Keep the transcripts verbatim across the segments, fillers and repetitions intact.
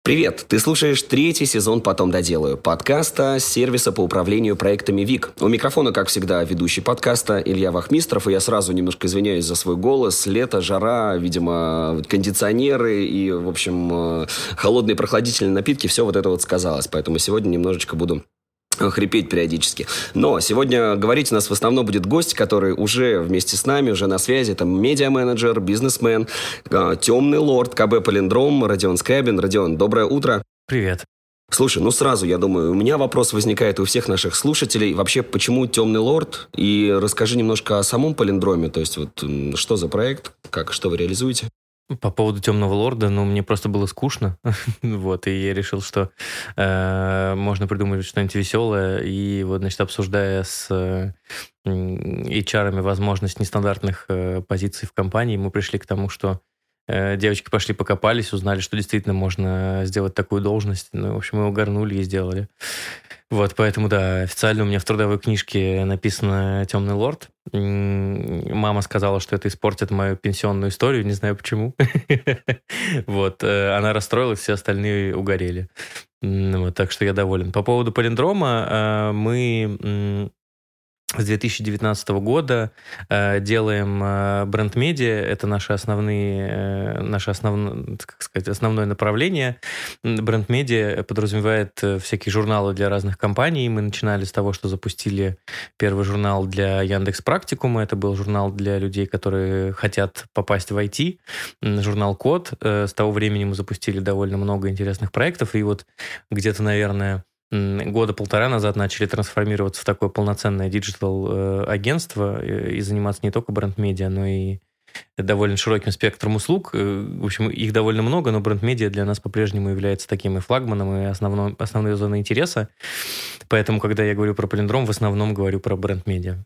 Привет! Ты слушаешь третий сезон «Потом доделаю» подкаста сервиса по управлению проектами ВИК. У микрофона, как всегда, ведущий подкаста Илья Вахмистров, и я сразу немножко извиняюсь за свой голос. Лето, жара, видимо, кондиционеры и, в общем, холодные прохладительные напитки, все вот это вот сказалось. Поэтому сегодня немножечко буду хрипеть периодически. Но сегодня говорить у нас в основном будет гость, который уже вместе с нами, уже на связи. Это медиа-менеджер, бизнесмен, темный лорд, КБ Полиндром, Родион Скрябин. Родион, доброе утро. Привет. Слушай, ну сразу, я думаю, у меня вопрос возникает у всех наших слушателей. Вообще, почему «Темный лорд?» И расскажи немножко о самом Полиндроме. То есть, вот что за проект, как, что вы реализуете? По поводу «Темного лорда», ну, мне просто было скучно, вот, и я решил, что э, можно придумать что-нибудь веселое, и вот, значит, обсуждая с э, эйч ар-ами возможность нестандартных э, позиций в компании, мы пришли к тому, что э, девочки пошли покопались, узнали, что действительно можно сделать такую должность, ну, в общем, мы угорнули и сделали. Вот, поэтому, да, официально у меня в трудовой книжке написано «Темный лорд». Мама сказала, что это испортит мою пенсионную историю, не знаю почему. Вот, она расстроилась, все остальные угорели. Вот, так что я доволен. По поводу Полиндрома, мы с две тысячи девятнадцатого года э, делаем э, бренд-медиа, это наши основные, э, наше основно, как сказать, основное направление. Бренд-медиа подразумевает всякие журналы для разных компаний. Мы начинали с того, что запустили первый журнал для Яндекс.Практикума. Это был журнал для людей, которые хотят попасть в ай ти. Журнал Код. Э, с того времени мы запустили довольно много интересных проектов. И вот где-то, наверное, года полтора назад начали трансформироваться в такое полноценное диджитал-агентство и заниматься не только бренд-медиа, но и довольно широким спектром услуг. В общем, их довольно много, но бренд-медиа для нас по-прежнему является таким и флагманом, и основной, основной зоной интереса. Поэтому, когда я говорю про Полиндром, в основном говорю про бренд-медиа.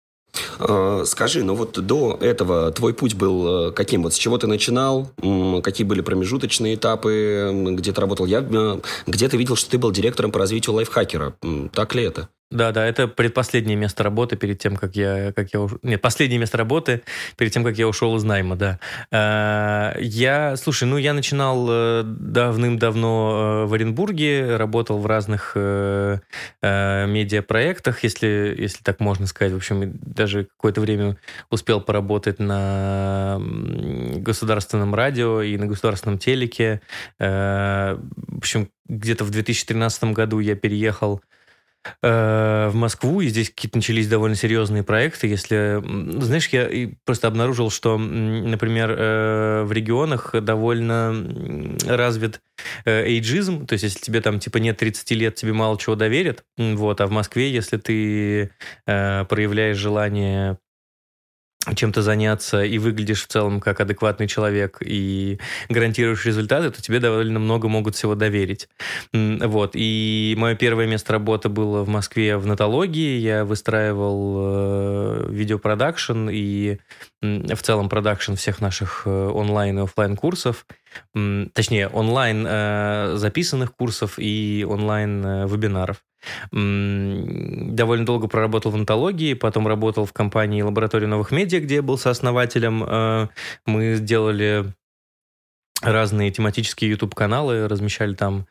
Скажи, ну вот до этого твой путь был каким? Вот с чего ты начинал? Какие были промежуточные этапы? Где ты работал? Я где-то видел, что ты был директором по развитию лайфхакера. Так ли это? Да, да, это предпоследнее место работы перед тем, как я, как я уш... Нет, последнее место работы перед тем, как я ушел из найма, да. Я, слушай, ну я начинал давным-давно в Оренбурге, работал в разных медиапроектах, если, если так можно сказать. В общем, даже какое-то время успел поработать на государственном радио и на государственном телеке. В общем, где-то в две тысячи тринадцатом году я переехал в Москву, и здесь какие-то начались довольно серьезные проекты. Если, знаешь, я просто обнаружил, что, например, в регионах довольно развит эйджизм, то есть если тебе там типа нет тридцати лет, тебе мало чего доверят, вот, а в Москве, если ты проявляешь желание чем-то заняться и выглядишь в целом как адекватный человек и гарантируешь результаты, то тебе довольно много могут всего доверить. Вот. И мое первое место работы было в Москве в нотологии. Я выстраивал э, видеопродакшн и э, в целом продакшн всех наших онлайн и офлайн курсов. Э, точнее, онлайн э, записанных курсов и онлайн э, вебинаров. Довольно долго проработал в онтологии, потом работал в компании «Лаборатория новых медиа», где я был сооснователем. Мы делали разные тематические YouTube-каналы, размещали там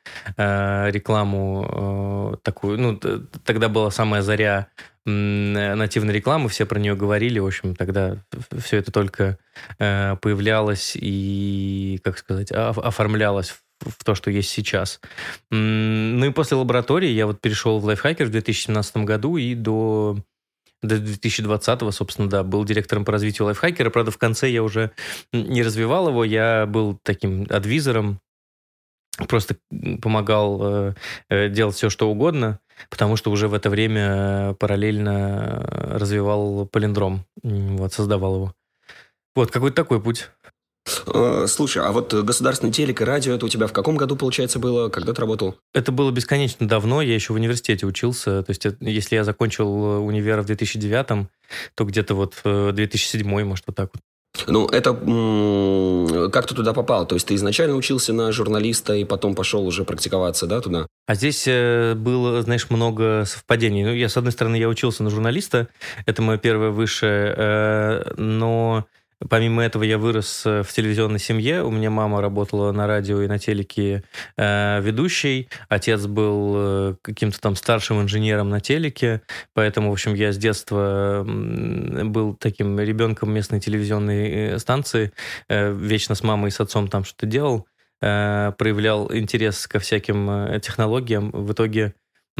рекламу такую. Ну, тогда была самая заря нативной рекламы, все про нее говорили. В общем, тогда все это только появлялось и, как сказать, оформлялось в то, что есть сейчас. Ну и после лаборатории я вот перешел в лайфхакер в две тысячи семнадцатом году и до, до две тысячи двадцатого, собственно, да, был директором по развитию лайфхакера. Правда, в конце я уже не развивал его, я был таким адвизором, просто помогал э, делать все, что угодно, потому что уже в это время параллельно развивал Полиндром, вот, создавал его. Вот, какой-то такой путь. Слушай, а вот государственный телек и радио, это у тебя в каком году, получается, было? Когда ты работал? Это было бесконечно давно, я еще в университете учился. То есть, если я закончил универ в две тысячи девятом, то где-то вот две тысячи седьмой, может, вот так вот. Ну, это как ты туда попал? То есть, ты изначально учился на журналиста и потом пошел уже практиковаться, да, туда? А здесь было, знаешь, много совпадений. Ну, я, с одной стороны, я учился на журналиста, это мое первое высшее, но помимо этого я вырос в телевизионной семье. У меня мама работала на радио и на телеке э, ведущей. Отец был э, каким-то там старшим инженером на телеке. Поэтому, в общем, я с детства был таким ребенком местной телевизионной станции. Э, вечно с мамой и с отцом там что-то делал. Э, проявлял интерес ко всяким технологиям. В итоге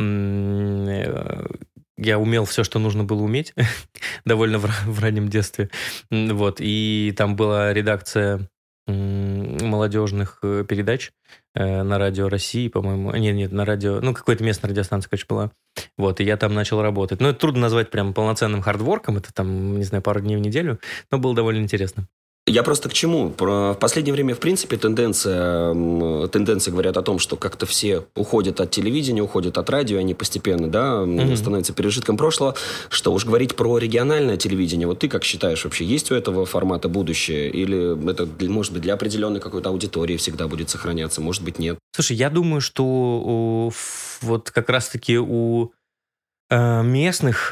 э, я умел все, что нужно было уметь, довольно в, в раннем детстве. Вот. И там была редакция молодежных передач на радио России, по-моему. Нет, нет, на радио... Ну, какой-то местная радиостанция, короче, была. Вот, и я там начал работать. Ну, это трудно назвать прям полноценным хардворком. Это там, не знаю, пару дней в неделю. Но было довольно интересно. Я просто к чему? В последнее время, в принципе, тенденция, тенденции говорят о том, что как-то все уходят от телевидения, уходят от радио, они постепенно, да, mm-hmm. становятся пережитком прошлого. Что уж говорить про региональное телевидение. Вот ты как считаешь, вообще есть у этого формата будущее? Или это, может быть, для определенной какой-то аудитории всегда будет сохраняться? Может быть, нет? Слушай, я думаю, что вот как раз-таки у местных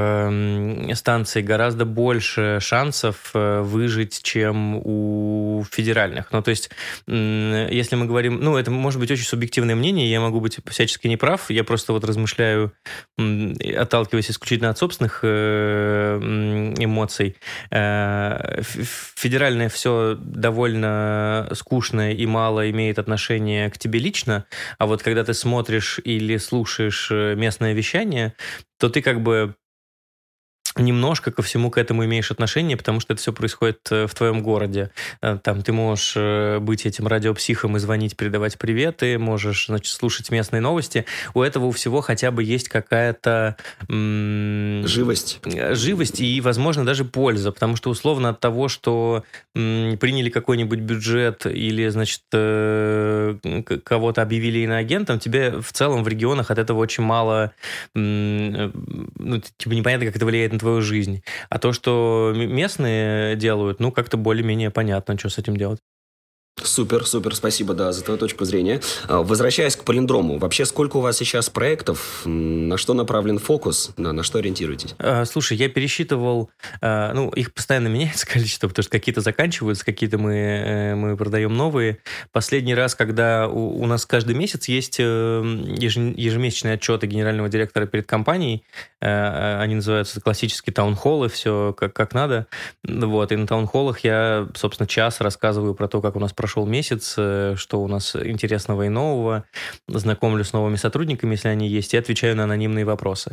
станций гораздо больше шансов выжить, чем у федеральных. Ну, то есть, если мы говорим... Ну, это может быть очень субъективное мнение, я могу быть всячески неправ, я просто вот размышляю, отталкиваясь исключительно от собственных эмоций. Федеральное все довольно скучное и мало имеет отношение к тебе лично, а вот когда ты смотришь или слушаешь местное вещание, то ты как бы немножко ко всему к этому имеешь отношение, потому что это все происходит в твоем городе. Там ты можешь быть этим радиопсихом и звонить, передавать приветы, можешь, значит, слушать местные новости. У этого у всего хотя бы есть какая-то... М- живость. Живость и, возможно, даже польза, потому что условно от того, что м- приняли какой-нибудь бюджет или, значит, э- кого-то объявили иноагентом, тебе в целом в регионах от этого очень мало... М- ну, типа непонятно, как это влияет на твою жизнь. А то, что местные делают, ну, как-то более-менее понятно, что с этим делать. Супер, супер, спасибо, да, за твою точку зрения. Возвращаясь к Полиндрому, вообще сколько у вас сейчас проектов, на что направлен фокус, на, на что ориентируетесь? Слушай, я пересчитывал, ну, их постоянно меняется количество, потому что какие-то заканчиваются, какие-то мы, мы продаем новые. Последний раз, когда у, у нас каждый месяц есть ежемесячные отчеты генерального директора перед компанией, они называются классические таунхоллы, все как, как надо, вот, и на таунхоллах я, собственно, час рассказываю про то, как у нас прошел Прошел месяц, что у нас интересного и нового, знакомлю с новыми сотрудниками, если они есть, и отвечаю на анонимные вопросы.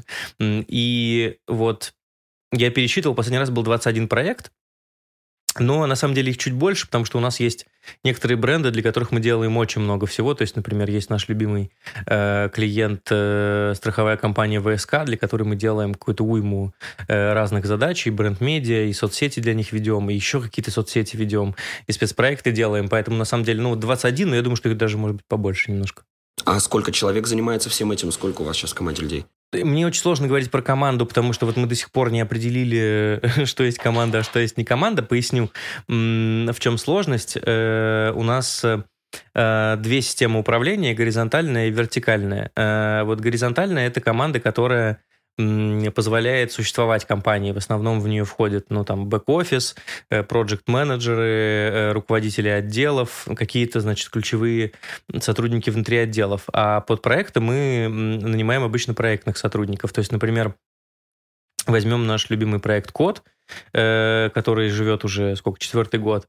И вот я пересчитывал, последний раз был двадцать один проект, но на самом деле их чуть больше, потому что у нас есть некоторые бренды, для которых мы делаем очень много всего. То есть, например, есть наш любимый э, клиент, э, страховая компания ВСК, для которой мы делаем какую-то уйму э, разных задач, и бренд-медиа, и соцсети для них ведем, и еще какие-то соцсети ведем, и спецпроекты делаем. Поэтому, на самом деле, ну, двадцать один, но я думаю, что их даже может быть побольше немножко. А сколько человек занимается всем этим? Сколько у вас сейчас в команде людей? Мне очень сложно говорить про команду, потому что вот мы до сих пор не определили, что есть команда, а что есть не команда. Поясню, в чем сложность. У нас две системы управления, горизонтальная и вертикальная. Вот горизонтальная – это команда, которая позволяет существовать компании. В основном в нее входят, ну, там, бэк-офис, проект-менеджеры, руководители отделов, какие-то, значит, ключевые сотрудники внутри отделов. А под проекты мы нанимаем обычно проектных сотрудников. То есть, например, возьмем наш любимый проект «Код», который живет уже, сколько, четвертый год.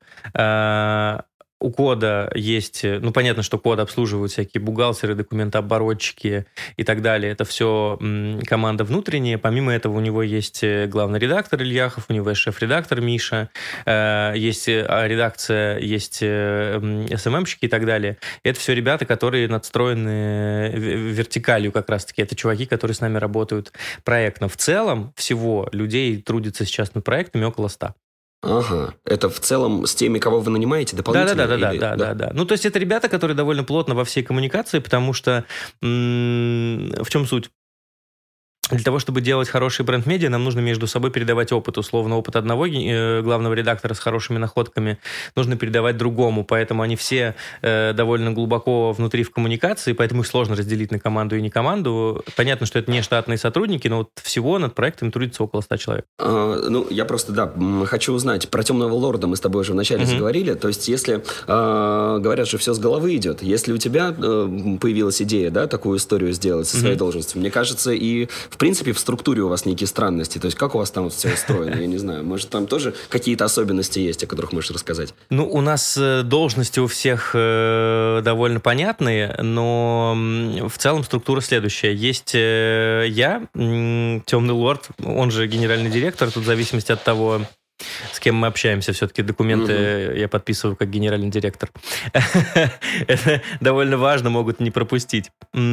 У Кода есть, ну, понятно, что Код обслуживают всякие бухгалтеры, документооборотчики и так далее. Это все м, команда внутренняя. Помимо этого у него есть главный редактор Ильяхов, у него есть шеф-редактор Миша, э, есть редакция, есть э, эс эм эм-щики и так далее. И это все ребята, которые надстроены вертикалью как раз-таки. Это чуваки, которые с нами работают проектно. В целом всего людей трудится сейчас над проектами около ста. Ага, это в целом с теми, кого вы нанимаете дополнительно? Да, да, да, или... да, да, да, да. Ну, то есть это ребята, которые довольно плотно во всей коммуникации, потому что м- в чем суть? Для того, чтобы делать хороший бренд-медиа, нам нужно между собой передавать опыт. Условно, опыт одного э, главного редактора с хорошими находками нужно передавать другому. Поэтому они все э, довольно глубоко внутри в коммуникации, поэтому их сложно разделить на команду и не команду. Понятно, что это не штатные сотрудники, но вот всего над проектом трудится около ста человек. А, ну, я просто, да, хочу узнать. Про «Темного лорда» мы с тобой уже вначале mm-hmm. заговорили. То есть, если, э, говорят, что все с головы идет, если у тебя э, появилась идея, да, такую историю сделать со своей mm-hmm. должностью, мне кажется, и в принципе, в структуре у вас некие странности. То есть, как у вас там все устроено? Я не знаю. Может, там тоже какие-то особенности есть, о которых можешь рассказать? Ну, у нас должности у всех э, довольно понятные, но в целом структура следующая. Есть э, я, э, «Темный лорд», он же генеральный директор. Тут в зависимости от того, с кем мы общаемся, все-таки документы uh-huh. я подписываю как генеральный директор. Это довольно важно, могут не пропустить.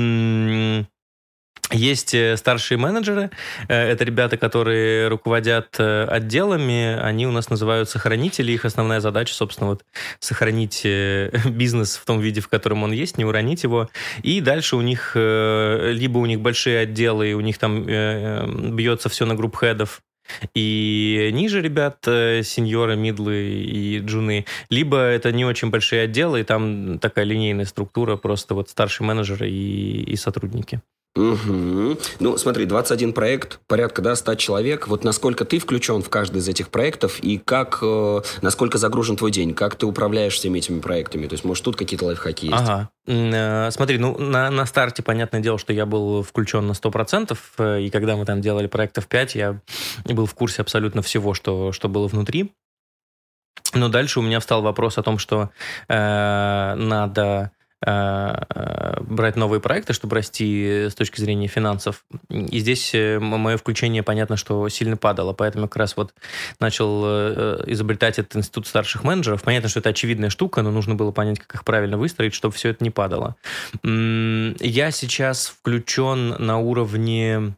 Есть старшие менеджеры, это ребята, которые руководят отделами, они у нас называются хранители, их основная задача, собственно, вот сохранить бизнес в том виде, в котором он есть, не уронить его, и дальше у них, либо у них большие отделы, и у них там бьется все на групп-хедов, и ниже ребят, сеньоры, мидлы и джуны, либо это не очень большие отделы, и там такая линейная структура, просто вот старший менеджер и, и сотрудники. Угу. Ну, смотри, двадцать один проект, порядка, да, ста человек. Вот насколько ты включен в каждый из этих проектов и как, э, насколько загружен твой день, как ты управляешь всеми этими проектами? То есть, может, тут какие-то лайфхаки есть? Ага. Э, смотри, ну, на, на старте, понятное дело, что я был включен на сто процентов, и когда мы там делали проектов пять, я был в курсе абсолютно всего, что, что было внутри. Но дальше у меня встал вопрос о том, что э, надо брать новые проекты, чтобы расти с точки зрения финансов. И здесь мое включение, понятно, что сильно падало, поэтому как раз вот начал изобретать этот институт старших менеджеров. Понятно, что это очевидная штука, но нужно было понять, как их правильно выстроить, чтобы все это не падало. Я сейчас включен на уровне...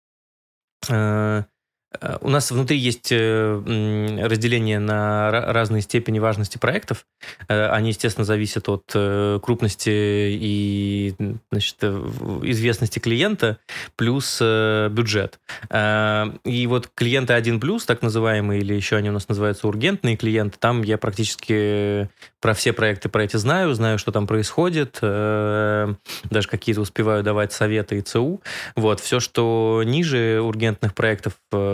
У нас внутри есть разделение на разные степени важности проектов. Они, естественно, зависят от крупности и, значит, известности клиента плюс бюджет. И вот клиенты один плюс, так называемые, или еще они у нас называются ургентные клиенты, там я практически про все проекты про эти знаю, знаю, что там происходит, даже какие-то успеваю давать советы и ЦУ. Вот, все, что ниже ургентных проектов,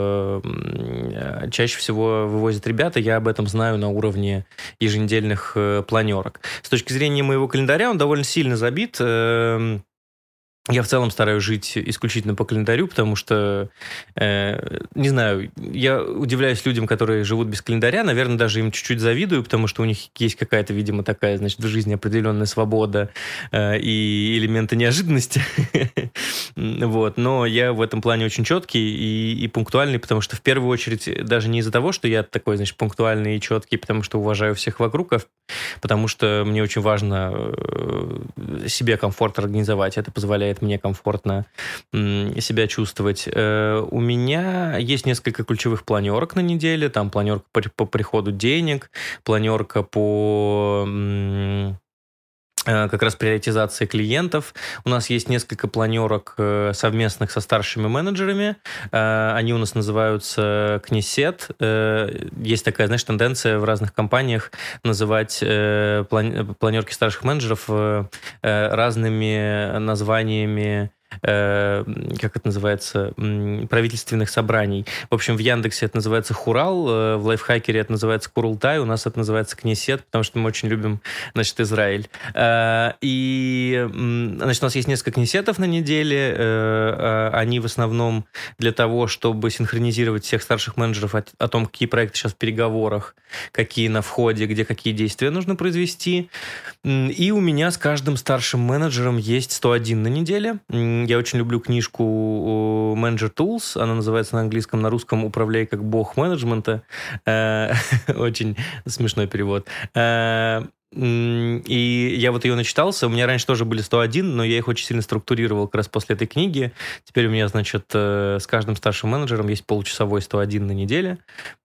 чаще всего вывозят ребята, я об этом знаю на уровне еженедельных планерок. С точки зрения моего календаря он довольно сильно забит. Я в целом стараюсь жить исключительно по календарю, потому что, э, не знаю, я удивляюсь людям, которые живут без календаря, наверное, даже им чуть-чуть завидую, потому что у них есть какая-то, видимо, такая, значит, в жизни определенная свобода э, и элементы неожиданности. Вот. Но я в этом плане очень четкий и, и пунктуальный, потому что в первую очередь даже не из-за того, что я такой, значит, пунктуальный и четкий, потому что уважаю всех вокруг, а потому что мне очень важно себе комфорт организовать. Это позволяет мне комфортно себя чувствовать. У меня есть несколько ключевых планерок на неделе. Там планерка по приходу денег, планерка по как раз приоритизации клиентов. У нас есть несколько планерок совместных со старшими менеджерами. Они у нас называются Кнесет. Есть такая, знаешь, тенденция в разных компаниях называть планерки старших менеджеров разными названиями, как это называется, правительственных собраний. В общем, в Яндексе это называется Хурал, в Лайфхакере это называется Курултай, у нас это называется Кнесет, потому что мы очень любим, значит, Израиль. И, значит, у нас есть несколько кнесетов на неделе, они в основном для того, чтобы синхронизировать всех старших менеджеров о, о том, какие проекты сейчас в переговорах, какие на входе, где какие действия нужно произвести. И у меня с каждым старшим менеджером есть сто один на неделе. Я очень люблю книжку Manager Tools, она называется на английском, на русском «Управляй как бог менеджмента». Очень смешной перевод. И я вот ее начитался. У меня раньше тоже были сто один, но я их очень сильно структурировал как раз после этой книги. Теперь у меня, значит, с каждым старшим менеджером есть получасовой сто один на неделе.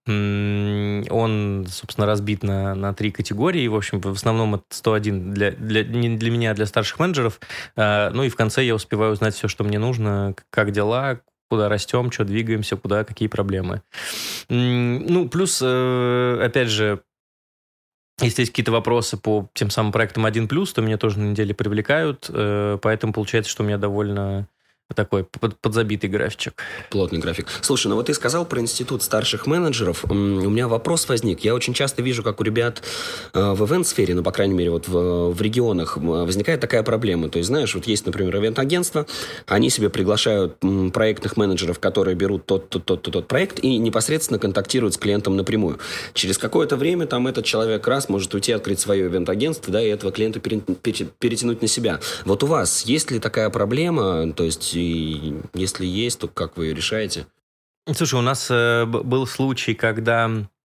Он, собственно, разбит на, на три категории. В общем, в основном это сто один для, для, не для меня, а для старших менеджеров. Ну и в конце я успеваю узнать все, что мне нужно, как дела, куда растем, что двигаемся, куда, какие проблемы. Ну, плюс, опять же, если есть какие-то вопросы по тем самым проектам один плюс, то меня тоже на неделе привлекают, поэтому получается, что у меня довольно такой подзабитый графичек. Плотный график. Слушай, ну вот ты сказал про институт старших менеджеров. У меня вопрос возник. Я очень часто вижу, как у ребят в ивент-сфере, ну, по крайней мере, вот в, в регионах возникает такая проблема. То есть, знаешь, вот есть, например, ивент-агентство, они себе приглашают проектных менеджеров, которые берут тот, тот, тот, тот, тот проект и непосредственно контактируют с клиентом напрямую. Через какое-то время там этот человек раз может уйти, открыть свое ивент-агентство, да, и этого клиента перетянуть на себя. Вот у вас есть ли такая проблема? То есть и если есть, то как вы ее решаете? Слушай, у нас э, был случай, когда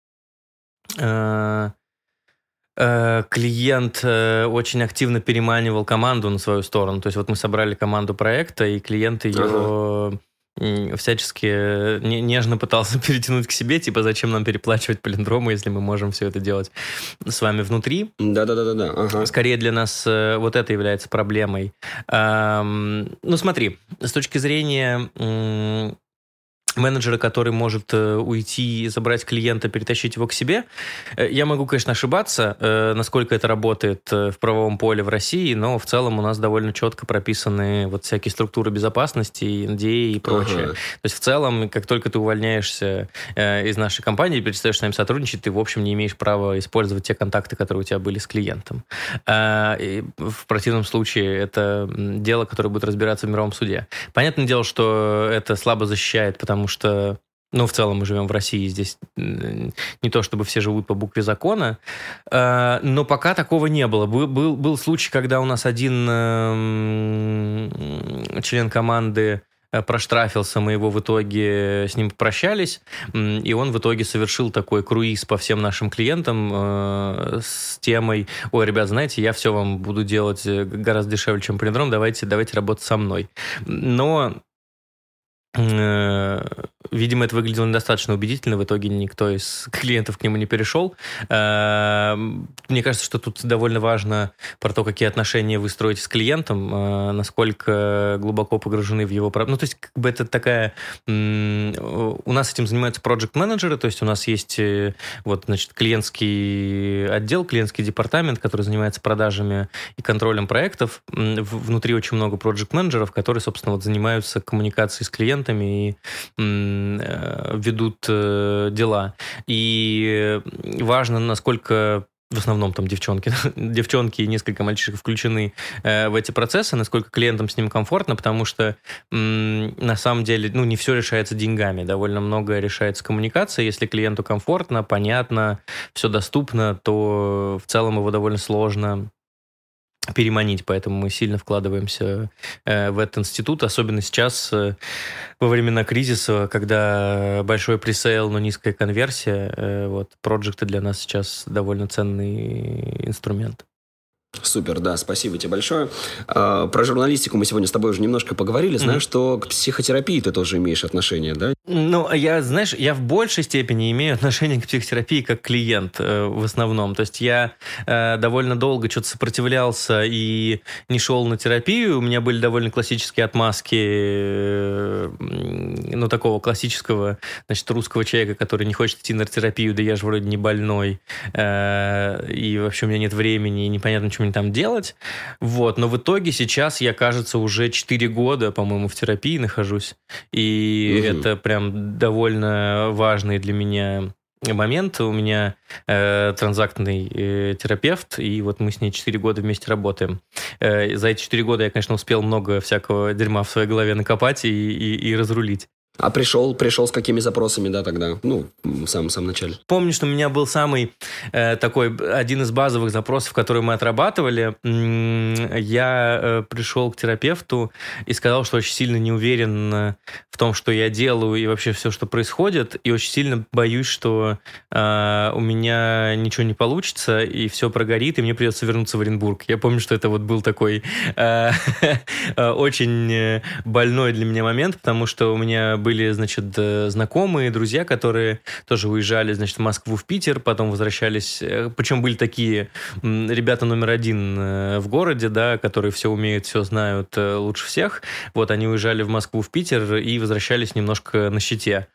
э, э, клиент э, очень активно переманивал команду на свою сторону. То есть вот мы собрали команду проекта, и клиент ее ага. всячески нежно пытался перетянуть к себе, типа, зачем нам переплачивать палиндрому, если мы можем все это делать с вами внутри. Да-да-да. Ага. Скорее для нас э, вот это является проблемой. Эм, ну, смотри, с точки зрения э, менеджера, который может э, уйти, забрать клиента, перетащить его к себе, э, я могу, конечно, ошибаться, э, насколько это работает э, в правовом поле в России, но в целом у нас довольно четко прописаны вот всякие структуры безопасности, эн ди эй и прочее. Ага. То есть в целом, как только ты увольняешься э, из нашей компании и перестаешь с нами сотрудничать, ты, в общем, не имеешь права использовать те контакты, которые у тебя были с клиентом. Э, и в противном случае это дело, которое будет разбираться в мировом суде. Понятное дело, что это слабо защищает, потому Потому что, ну, в целом мы живем в России, здесь не то чтобы все живут по букве закона, но пока такого не было. Был, был, был случай, когда у нас один член команды проштрафился, мы его в итоге с ним попрощались, и он в итоге совершил такой круиз по всем нашим клиентам э, с темой: ой, ребят, знаете, я все вам буду делать гораздо дешевле, чем палиндром, давайте, давайте работать со мной. Но видимо, это выглядело недостаточно убедительно. В итоге никто из клиентов к нему не перешел. Мне кажется, что тут довольно важно про то, какие отношения вы строите с клиентом, насколько глубоко погружены в его проблемы. Ну, то есть, как бы это такая... У нас этим занимаются проект-менеджеры, то есть у нас есть вот, значит, клиентский отдел, клиентский департамент, который занимается продажами и контролем проектов. Внутри очень много проект-менеджеров, которые, собственно, вот, занимаются коммуникацией с клиентами и ведут дела. И важно, насколько в основном там девчонки, девчонки и несколько мальчишек включены э, в эти процессы, насколько клиентам с ним комфортно, потому что м, на самом деле, ну, не все решается деньгами, довольно многое решается коммуникацией. Если клиенту комфортно, понятно, все доступно, то в целом его довольно сложно переманить, поэтому мы сильно вкладываемся э, в этот институт, особенно сейчас, э, во времена кризиса, когда большой пресейл, но низкая конверсия, э, вот, проекты для нас сейчас довольно ценный инструмент. Супер, да, спасибо тебе большое. А, про журналистику мы сегодня с тобой уже немножко поговорили. Знаю, mm-hmm. что к психотерапии ты тоже имеешь отношение, да? Ну, я, знаешь, я в большей степени имею отношение к психотерапии как клиент э, в основном. То есть я э, довольно долго что-то сопротивлялся и не шел на терапию. У меня были довольно классические отмазки, э, ну, такого классического, значит, русского человека, который не хочет идти на терапию, да я же вроде не больной, э, и вообще у меня нет времени, и непонятно, что там делать. Вот. Но в итоге сейчас я, кажется, уже четыре года, по-моему, в терапии нахожусь. И угу. это прям довольно важный для меня момент. У меня э, транзактный э, терапевт, и вот мы с ней четыре года вместе работаем. Э, за эти четыре года я, конечно, успел много всякого дерьма в своей голове накопать и, и, и разрулить. А пришел, пришел с какими запросами, да, тогда? Ну, в самом-самом начале. Помню, что у меня был самый э, такой, один из базовых запросов, которые мы отрабатывали. Я э, пришел к терапевту и сказал, что очень сильно не уверен в том, что я делаю и вообще все, что происходит. И очень сильно боюсь, что э, у меня ничего не получится, и все прогорит, и мне придется вернуться в Оренбург. Я помню, что это вот был такой э, очень больной для меня момент, потому что у меня были, значит, знакомые, друзья, которые тоже уезжали, значит, в Москву, в Питер, потом возвращались. Причем были такие ребята номер один в городе, да, которые все умеют, все знают лучше всех. Вот они уезжали в Москву, в Питер и возвращались немножко на щите.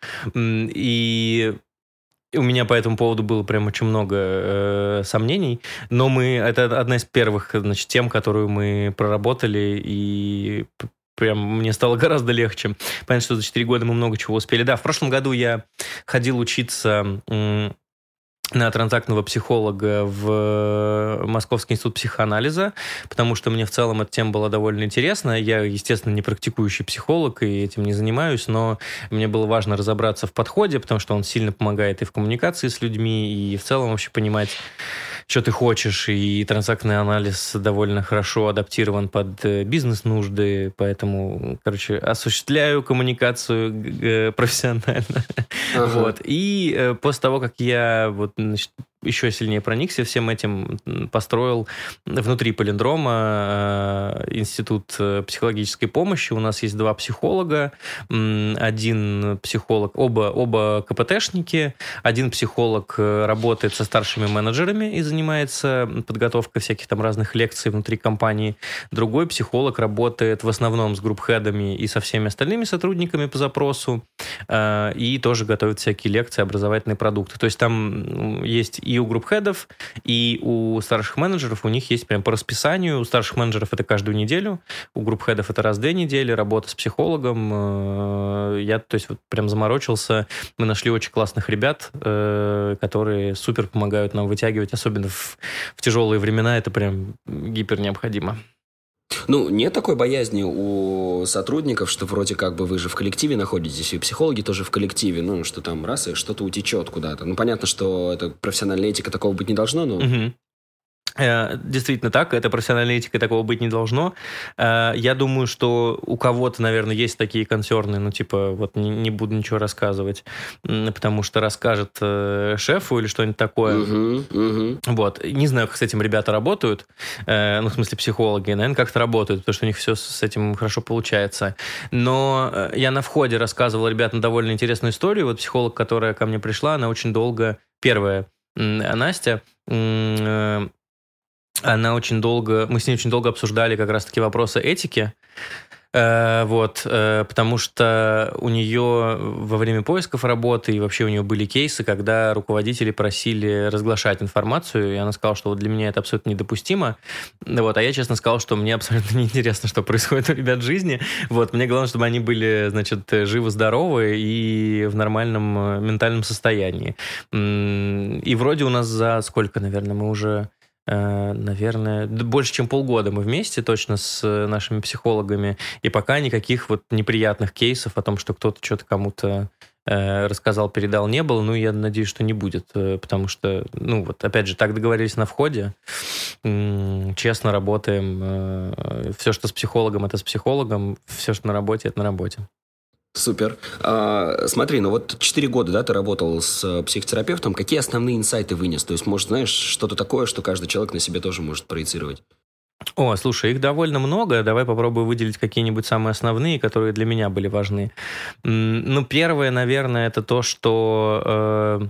И у меня по этому поводу было прям очень много э, сомнений, но мы это одна из первых, значит, тем, которую мы проработали, и прям мне стало гораздо легче. Понятно, что за четыре года мы много чего успели. Да, в прошлом году я ходил учиться м- на транзактного психолога в Московский институт психоанализа, потому что мне в целом эта тема была довольно интересна. Я, естественно, не практикующий психолог и этим не занимаюсь, но мне было важно разобраться в подходе, потому что он сильно помогает и в коммуникации с людьми, и в целом вообще понимать, что ты хочешь, и транзактный анализ довольно хорошо адаптирован под бизнес-нужды, поэтому, короче, осуществляю коммуникацию профессионально. Ага. Вот. И после того, как я вот, значит, еще сильнее проникся всем этим, построил внутри Полиндрома институт психологической помощи. У нас есть два психолога, один психолог, оба, оба КПТшники, один психолог работает со старшими менеджерами и занимается подготовкой всяких там разных лекций внутри компании, другой психолог работает в основном с групп-хедами и со всеми остальными сотрудниками по запросу, и тоже готовит всякие лекции, образовательные продукты. То есть там есть и у групп-хедов, и у старших менеджеров у них есть прям по расписанию. У старших менеджеров это каждую неделю, у групп-хедов это раз в две недели, работа с психологом. Я, то есть, вот прям заморочился. Мы нашли очень классных ребят, которые супер помогают нам вытягивать, особенно в, в тяжелые времена, это прям гипер необходимо. Ну, нет такой боязни у сотрудников, что вроде как бы вы же в коллективе находитесь, и психологи тоже в коллективе, ну, что там раз и что-то утечет куда-то. Ну, понятно, что это профессиональная этика, такого быть не должно, но... Угу. Действительно так, это профессиональной этикой такого быть не должно. Я думаю, что у кого-то, наверное, есть такие консерны, ну, типа, вот не, не буду ничего рассказывать, потому что расскажет шефу или что-нибудь такое. Uh-huh, uh-huh. Вот. Не знаю, как с этим ребята работают, ну, в смысле, психологи, наверное, как-то работают, потому что у них все с этим хорошо получается. Но я на входе рассказывал ребятам довольно интересную историю. Вот психолог, которая ко мне пришла, она очень долго... Первая, Настя... Она очень долго, мы с ней очень долго обсуждали как раз-таки вопросы этики, э, вот, э, потому что у нее во время поисков работы и вообще у нее были кейсы, когда руководители просили разглашать информацию, и она сказала, что вот для меня это абсолютно недопустимо, вот, а я честно сказал, что мне абсолютно неинтересно, что происходит у ребят в жизни, вот, мне главное, чтобы они были, значит, живы-здоровы и в нормальном ментальном состоянии. И вроде у нас за сколько, наверное, мы уже... наверное, больше, чем полгода мы вместе точно с нашими психологами, и пока никаких вот неприятных кейсов о том, что кто-то что-то кому-то э, рассказал, передал, не было. Ну, я надеюсь, что не будет, потому что, ну, вот, опять же, так договорились на входе, м-м, честно работаем, э, все, что с психологом, это с психологом, все, что на работе, это на работе. Супер. А, смотри, ну вот четыре года, да, ты работал с психотерапевтом. Какие основные инсайты вынес? То есть, может, знаешь, что-то такое, что каждый человек на себе тоже может проецировать? О, слушай, их довольно много. Давай попробую выделить какие-нибудь самые основные, которые для меня были важны. Ну, первое, наверное, это то, что... Э-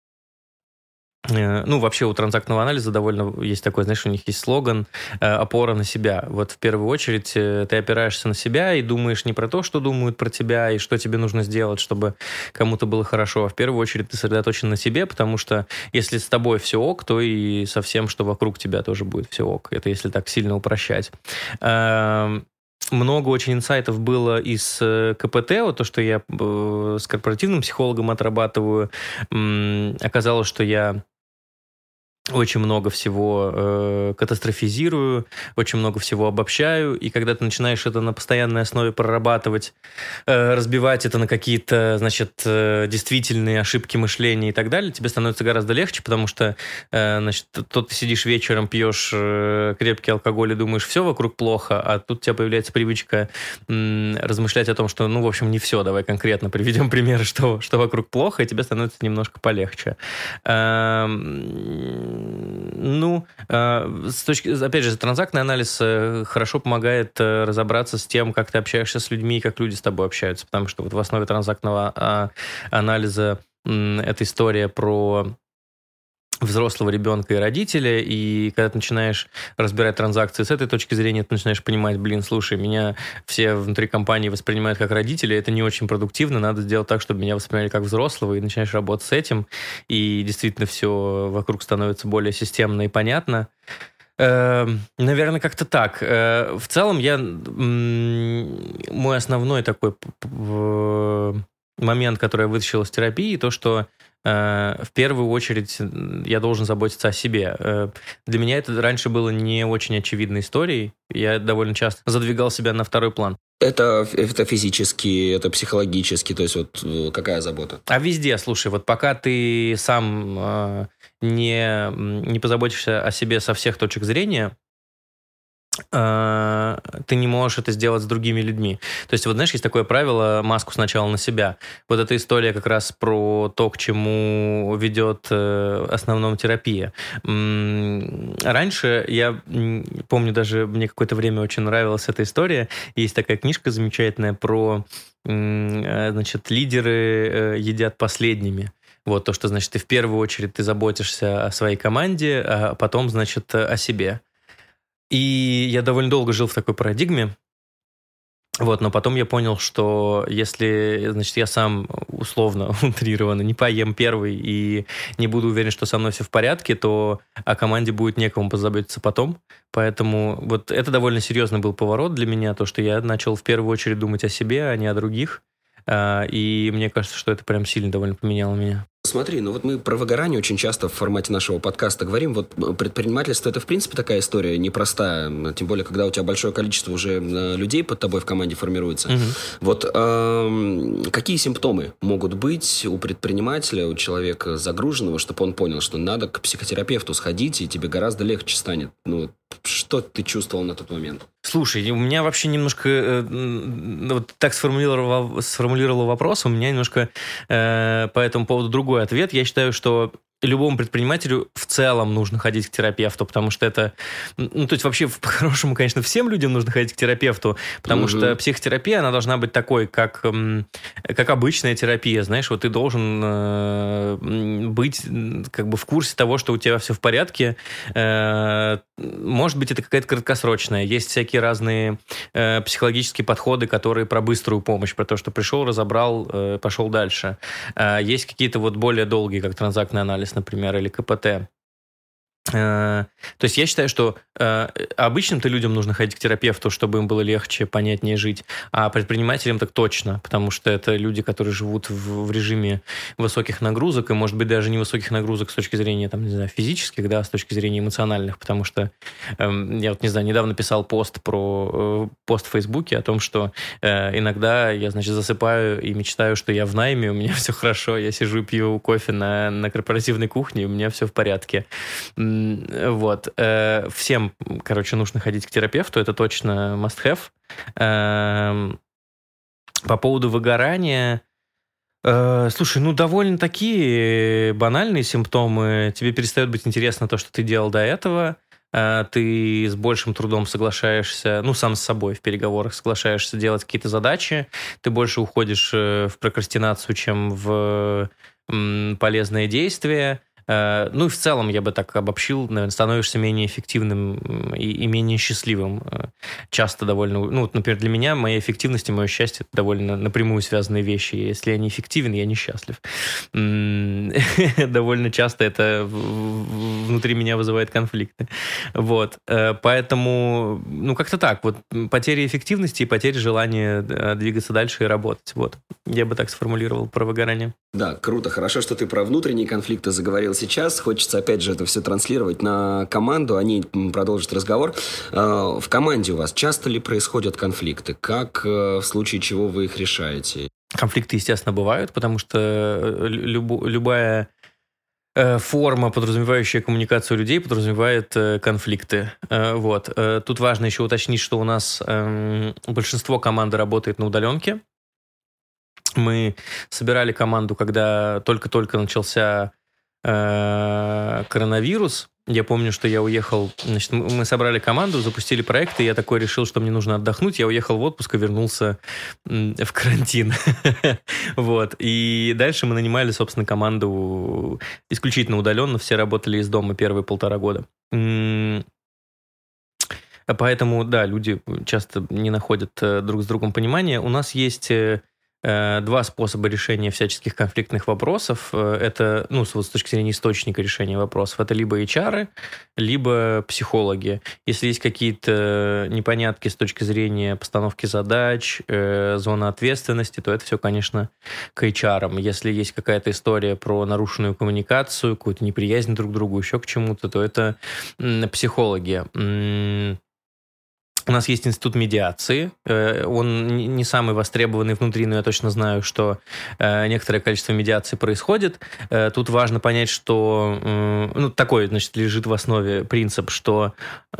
Ну, вообще у транзактного анализа довольно есть такой, знаешь, у них есть слоган «опора на себя». Вот в первую очередь ты опираешься на себя и думаешь не про то, что думают про тебя и что тебе нужно сделать, чтобы кому-то было хорошо, а в первую очередь ты сосредоточен на себе, потому что если с тобой все ок, то и со всем, что вокруг тебя, тоже будет все ок. Это если так сильно упрощать. Много очень инсайтов было из КПТ, вот то, что я с корпоративным психологом отрабатываю. Оказалось, что я очень много всего э, катастрофизирую, очень много всего обобщаю, и когда ты начинаешь это на постоянной основе прорабатывать, э, разбивать это на какие-то, значит, э, действительные ошибки мышления и так далее, тебе становится гораздо легче, потому что, э, значит, то ты сидишь вечером, пьешь э, крепкий алкоголь и думаешь, все вокруг плохо, а тут у тебя появляется привычка э, размышлять о том, что, ну, в общем, не все, давай конкретно приведем примеры, что, что вокруг плохо, и тебе становится немножко полегче. Э, Ну, с точки, опять же, транзактный анализ хорошо помогает разобраться с тем, как ты общаешься с людьми и как люди с тобой общаются, потому что вот в основе транзактного анализа эта история про взрослого ребенка и родителя, и когда ты начинаешь разбирать транзакции с этой точки зрения, ты начинаешь понимать, блин, слушай, меня все внутри компании воспринимают как родителя, это не очень продуктивно, надо сделать так, чтобы меня воспринимали как взрослого, и начинаешь работать с этим, и действительно все вокруг становится более системно и понятно. Наверное, как-то так. В целом, я мой основной такой момент, который я вытащил из терапии, то, что в первую очередь я должен заботиться о себе. Для меня это раньше было не очень очевидной историей. Я довольно часто задвигал себя на второй план. Это, это физически, это психологически, то есть вот какая забота? А везде, слушай, вот пока ты сам э, не, не позаботишься о себе со всех точек зрения, э, ты не можешь это сделать с другими людьми. То есть вот знаешь, есть такое правило «маску сначала на себя». Вот эта история как раз про то, к чему ведет э, в основном терапия. М-м, раньше, я помню, даже мне какое-то время очень нравилась эта история. Есть такая книжка замечательная про, м- значит, лидеры э, едят последними. Вот то, что, значит, ты в первую очередь ты заботишься о своей команде, а потом, значит, о себе. И я довольно долго жил в такой парадигме, вот, но потом я понял, что если, значит, я сам условно, утрированно, не поем первый и не буду уверен, что со мной все в порядке, то о команде будет некому позаботиться потом. Поэтому вот это довольно серьезный был поворот для меня, то, что я начал в первую очередь думать о себе, а не о других. И мне кажется, что это прям сильно довольно поменяло меня. Смотри, ну вот мы про выгорание очень часто в формате нашего подкаста говорим. Вот предпринимательство – это, в принципе, такая история непростая. Тем более, когда у тебя большое количество уже людей под тобой в команде формируется. Угу. Вот э, какие симптомы могут быть у предпринимателя, у человека загруженного, чтобы он понял, что надо к психотерапевту сходить, и тебе гораздо легче станет? Ну, что ты чувствовал на тот момент? Слушай, у меня вообще немножко, э, вот так сформулировал, сформулировал вопрос, у меня немножко э, по этому поводу другой ответ. Я считаю, что любому предпринимателю в целом нужно ходить к терапевту, потому что это... Ну, то есть вообще, по-хорошему, конечно, всем людям нужно ходить к терапевту, потому угу. что психотерапия, она должна быть такой, как, как обычная терапия, знаешь, вот ты должен э, быть как бы в курсе того, что у тебя все в порядке. Э, может быть, это какая-то краткосрочная. Есть всякие разные э, психологические подходы, которые про быструю помощь, про то, что пришел, разобрал, э, пошел дальше. Э, есть какие-то вот более долгие, как транзактный анализ, например, или ка пэ тэ. То есть я считаю, что э, обычным-то людям нужно ходить к терапевту, чтобы им было легче, понятнее жить, а предпринимателям так точно, потому что это люди, которые живут в, в режиме высоких нагрузок, и, может быть, даже не высоких нагрузок с точки зрения, там, не знаю, физических, да, а с точки зрения эмоциональных, потому что э, я вот, не знаю, недавно писал пост про э, пост в Фейсбуке о том, что э, иногда я, значит, засыпаю и мечтаю, что я в найме, у меня все хорошо, я сижу и пью кофе на, на корпоративной кухне, у меня все в порядке. Вот. Всем, короче, нужно ходить к терапевту, это точно must have. По поводу выгорания... Слушай, ну, довольно такие банальные симптомы. Тебе перестает быть интересно то, что ты делал до этого. Ты с большим трудом соглашаешься, ну, сам с собой в переговорах соглашаешься делать какие-то задачи. Ты больше уходишь в прокрастинацию, чем в полезные действия. Ну и в целом, я бы так обобщил, наверное, становишься менее эффективным и, и менее счастливым. Часто довольно... Ну, вот, например, для меня моя эффективность и мое счастье — это довольно напрямую связанные вещи. Если я не эффективен, я несчастлив. Довольно часто это внутри меня вызывает конфликты. Вот. Поэтому, ну, как-то так. Вот потеря эффективности и потеря желания двигаться дальше и работать. Вот. Я бы так сформулировал про выгорание. Да, круто. Хорошо, что ты про внутренние конфликты заговорил сейчас. Хочется, опять же, это все транслировать на команду. Они продолжат разговор. В команде у вас часто ли происходят конфликты? Как, в случае чего, вы их решаете? Конфликты, естественно, бывают, потому что люб, любая форма, подразумевающая коммуникацию людей, подразумевает конфликты. Вот. Тут важно еще уточнить, что у нас большинство команды работает на удаленке. Мы собирали команду, когда только-только начался э, коронавирус, я помню, что я уехал, значит, мы собрали команду, запустили проект, и я такой решил, что мне нужно отдохнуть. Я уехал в отпуск и вернулся в карантин. Вот. И дальше мы нанимали, собственно, команду исключительно удаленно. Все работали из дома первые полтора года. Поэтому, да, люди часто не находят друг с другом понимания. У нас есть два способа решения всяческих конфликтных вопросов. Это, ну, с точки зрения источника решения вопросов, это либо эйч ар, либо психологи. Если есть какие-то непонятки с точки зрения постановки задач, э, зоны ответственности, то это все, конечно, к эйч ар. Если есть какая-то история про нарушенную коммуникацию, какую-то неприязнь друг к другу, еще к чему-то, то это м, психологи. М- У нас есть институт медиации. Он не самый востребованный внутри, но я точно знаю, что некоторое количество медиаций происходит. Тут важно понять, что... Ну, такой, значит, лежит в основе принцип, что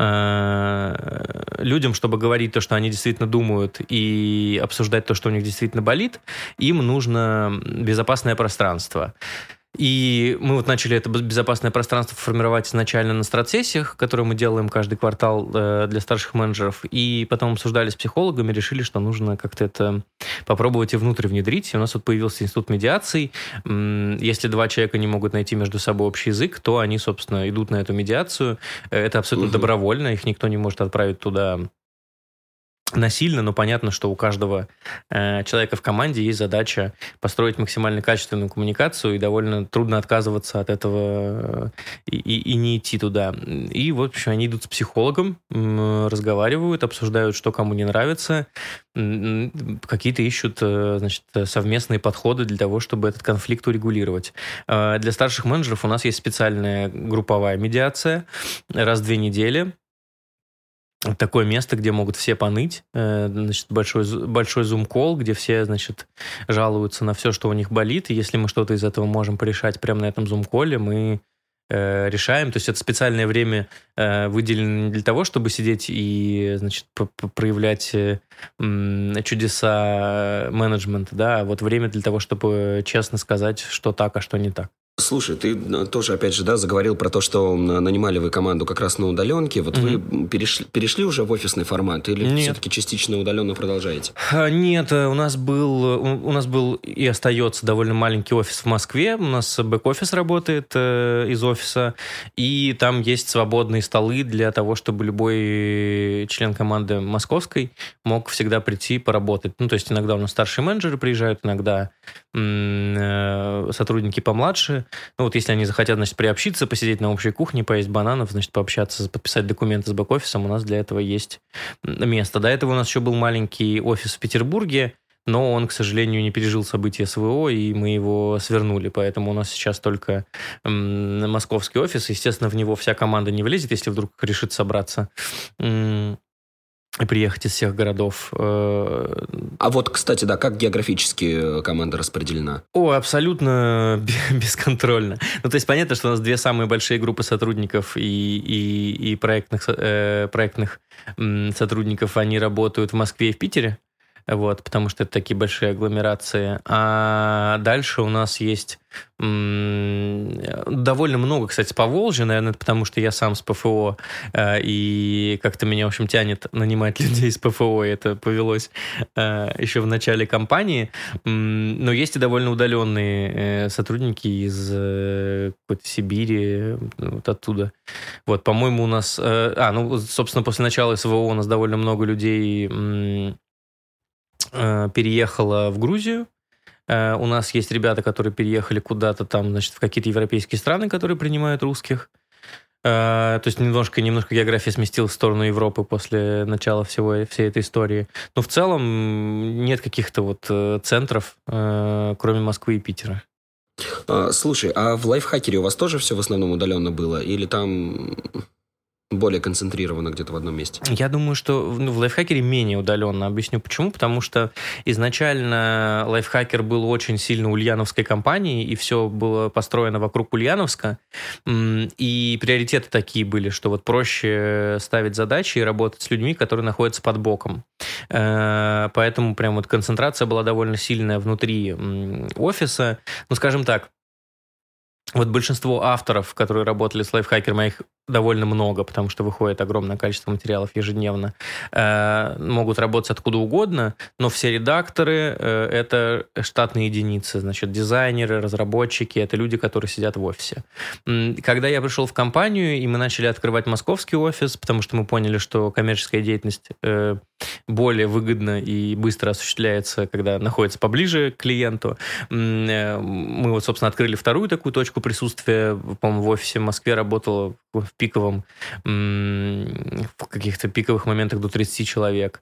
людям, чтобы говорить то, что они действительно думают, и обсуждать то, что у них действительно болит, им нужно безопасное пространство. И мы вот начали это безопасное пространство формировать изначально на страт-сессиях, которые мы делаем каждый квартал для старших менеджеров, и потом обсуждали с психологами, решили, что нужно как-то это попробовать и внутрь внедрить. И у нас вот появился институт медиаций. Если два человека не могут найти между собой общий язык, то они, собственно, идут на эту медиацию. Это абсолютно угу. добровольно, их никто не может отправить туда насильно, но понятно, что у каждого э, человека в команде есть задача построить максимально качественную коммуникацию, и довольно трудно отказываться от этого и, и, и не идти туда. И вот, в общем, они идут с психологом, э, разговаривают, обсуждают, что кому не нравится, э, какие-то ищут, э, значит, совместные подходы для того, чтобы этот конфликт урегулировать. Э, для старших менеджеров у нас есть специальная групповая медиация раз в две недели. Такое место, где могут все поныть, значит, большой, большой зум-колл, где все, значит, жалуются на все, что у них болит, и если мы что-то из этого можем порешать прямо на этом зум-колле, мы э, решаем. То есть это специальное время э, выделено не для того, чтобы сидеть и, значит, проявлять э, чудеса менеджмента, да, а вот время для того, чтобы честно сказать, что так, а что не так. Слушай, ты тоже, опять же, да, заговорил про то, что нанимали вы команду как раз на удаленке. Вот mm-hmm. вы перешли, перешли уже в офисный формат или Нет. все-таки частично удаленно продолжаете? Нет, у нас был, у нас был и остается довольно маленький офис в Москве. У нас бэк-офис работает э, из офиса, и там есть свободные столы для того, чтобы любой член команды московской мог всегда прийти и поработать. Ну, то есть иногда у нас старшие менеджеры приезжают, иногда м- сотрудники помладше. Ну, вот если они захотят, значит, приобщиться, посидеть на общей кухне, поесть бананов, значит, пообщаться, подписать документы с бэк-офисом, у нас для этого есть место. До этого у нас еще был маленький офис в Петербурге, но он, к сожаленэю, не пережил события СВО, и мы его свернули, поэтому у нас сейчас только м- московский офис. Естественно, в него вся команда не влезет, если вдруг решит собраться м- и приехать из всех городов. А вот, кстати, да, как географически команда распределена? О, абсолютно бесконтрольно. Ну, то есть понятно, что у нас две самые большие группы сотрудников и, и, и проектных, э, проектных м, сотрудников, они работают в Москве и в Питере, вот, потому что это такие большие агломерации. А дальше у нас есть м, довольно много, кстати, с Поволжья, наверное, это потому что я сам с ПФО, э, и как-то меня, в общем, тянет нанимать людей с ПФО, и это повелось э, еще в начале кампании. М, но есть и довольно удаленные э, сотрудники из э, какой-то Сибири, вот оттуда. Вот, по-моему, у нас... Э, а, ну, собственно, после начала СВО у нас довольно много людей... М, переехала в Грузию. У нас есть ребята, которые переехали куда-то там, значит, в какие-то европейские страны, которые принимают русских. То есть немножко, немножко география сместилась в сторону Европы после начала всего, всей этой истории. Но в целом нет каких-то вот центров, кроме Москвы и Питера. Слушай, а в лайфхакере у вас тоже все в основном удаленно было? Или там... более концентрировано где-то в одном месте? Я думаю, что ну, в лайфхакере менее удаленно. Объясню почему. Потому что изначально лайфхакер был очень сильно ульяновской компанией, и все было построено вокруг Ульяновска. И приоритеты такие были, что вот проще ставить задачи и работать с людьми, которые находятся под боком. Поэтому прям вот концентрация была довольно сильная внутри офиса. Ну, скажем так, Вот большинство авторов, которые работали с лайфхакером, а их довольно много, потому что выходит огромное количество материалов ежедневно, э, могут работать откуда угодно, но все редакторы э, — это штатные единицы, значит, дизайнеры, разработчики — это люди, которые сидят в офисе. Когда я пришел в компанию, и мы начали открывать московский офис, потому что мы поняли, что коммерческая деятельность э, более выгодно и быстро осуществляется, когда находится поближе к клиенту, э, мы вот, собственно, открыли вторую такую точку присутствия, по-моему, в офисе в Москве работало в пиковом, в каких-то пиковых моментах до тридцати человек.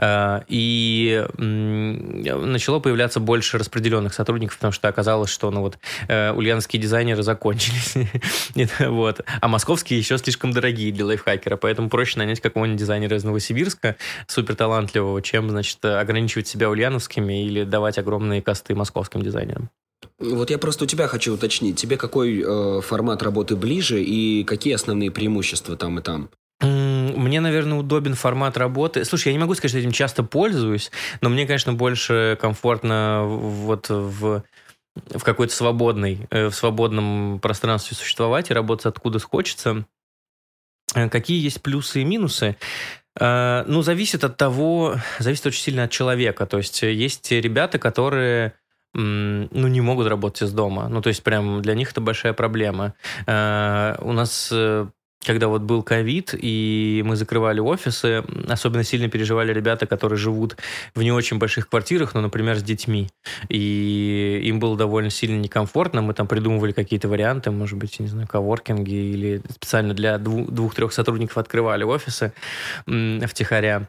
И начало появляться больше распределенных сотрудников, потому что оказалось, что ну, вот, ульяновские дизайнеры закончились, вот. А московские еще слишком дорогие для лайфхакера, поэтому проще нанять какого-нибудь дизайнера из Новосибирска, суперталантливого, чем, значит, ограничивать себя ульяновскими или давать огромные косты московским дизайнерам. Вот я просто у тебя хочу уточнить. Тебе какой э, формат работы ближе и какие основные преимущества там и там? Мне, наверное, удобен формат работы. Слушай, я не могу сказать, что этим часто пользуюсь, но мне, конечно, больше комфортно вот в, в какой-то свободной, в свободном пространстве существовать и работать откуда хочется. Какие есть плюсы и минусы? Ну, зависит от того, зависит очень сильно от человека. То есть есть ребята, которые... ну, не могут работать из дома. Ну, то есть, прям для них это большая проблема. Uh, у нас, когда вот был ковид, и мы закрывали офисы, особенно сильно переживали ребята, которые живут в не очень больших квартирах, ну, например, с детьми. И им было довольно сильно некомфортно. Мы там придумывали какие-то варианты, может быть, не знаю, коворкинги, или специально для двух- двух-трех сотрудников открывали офисы втихаря.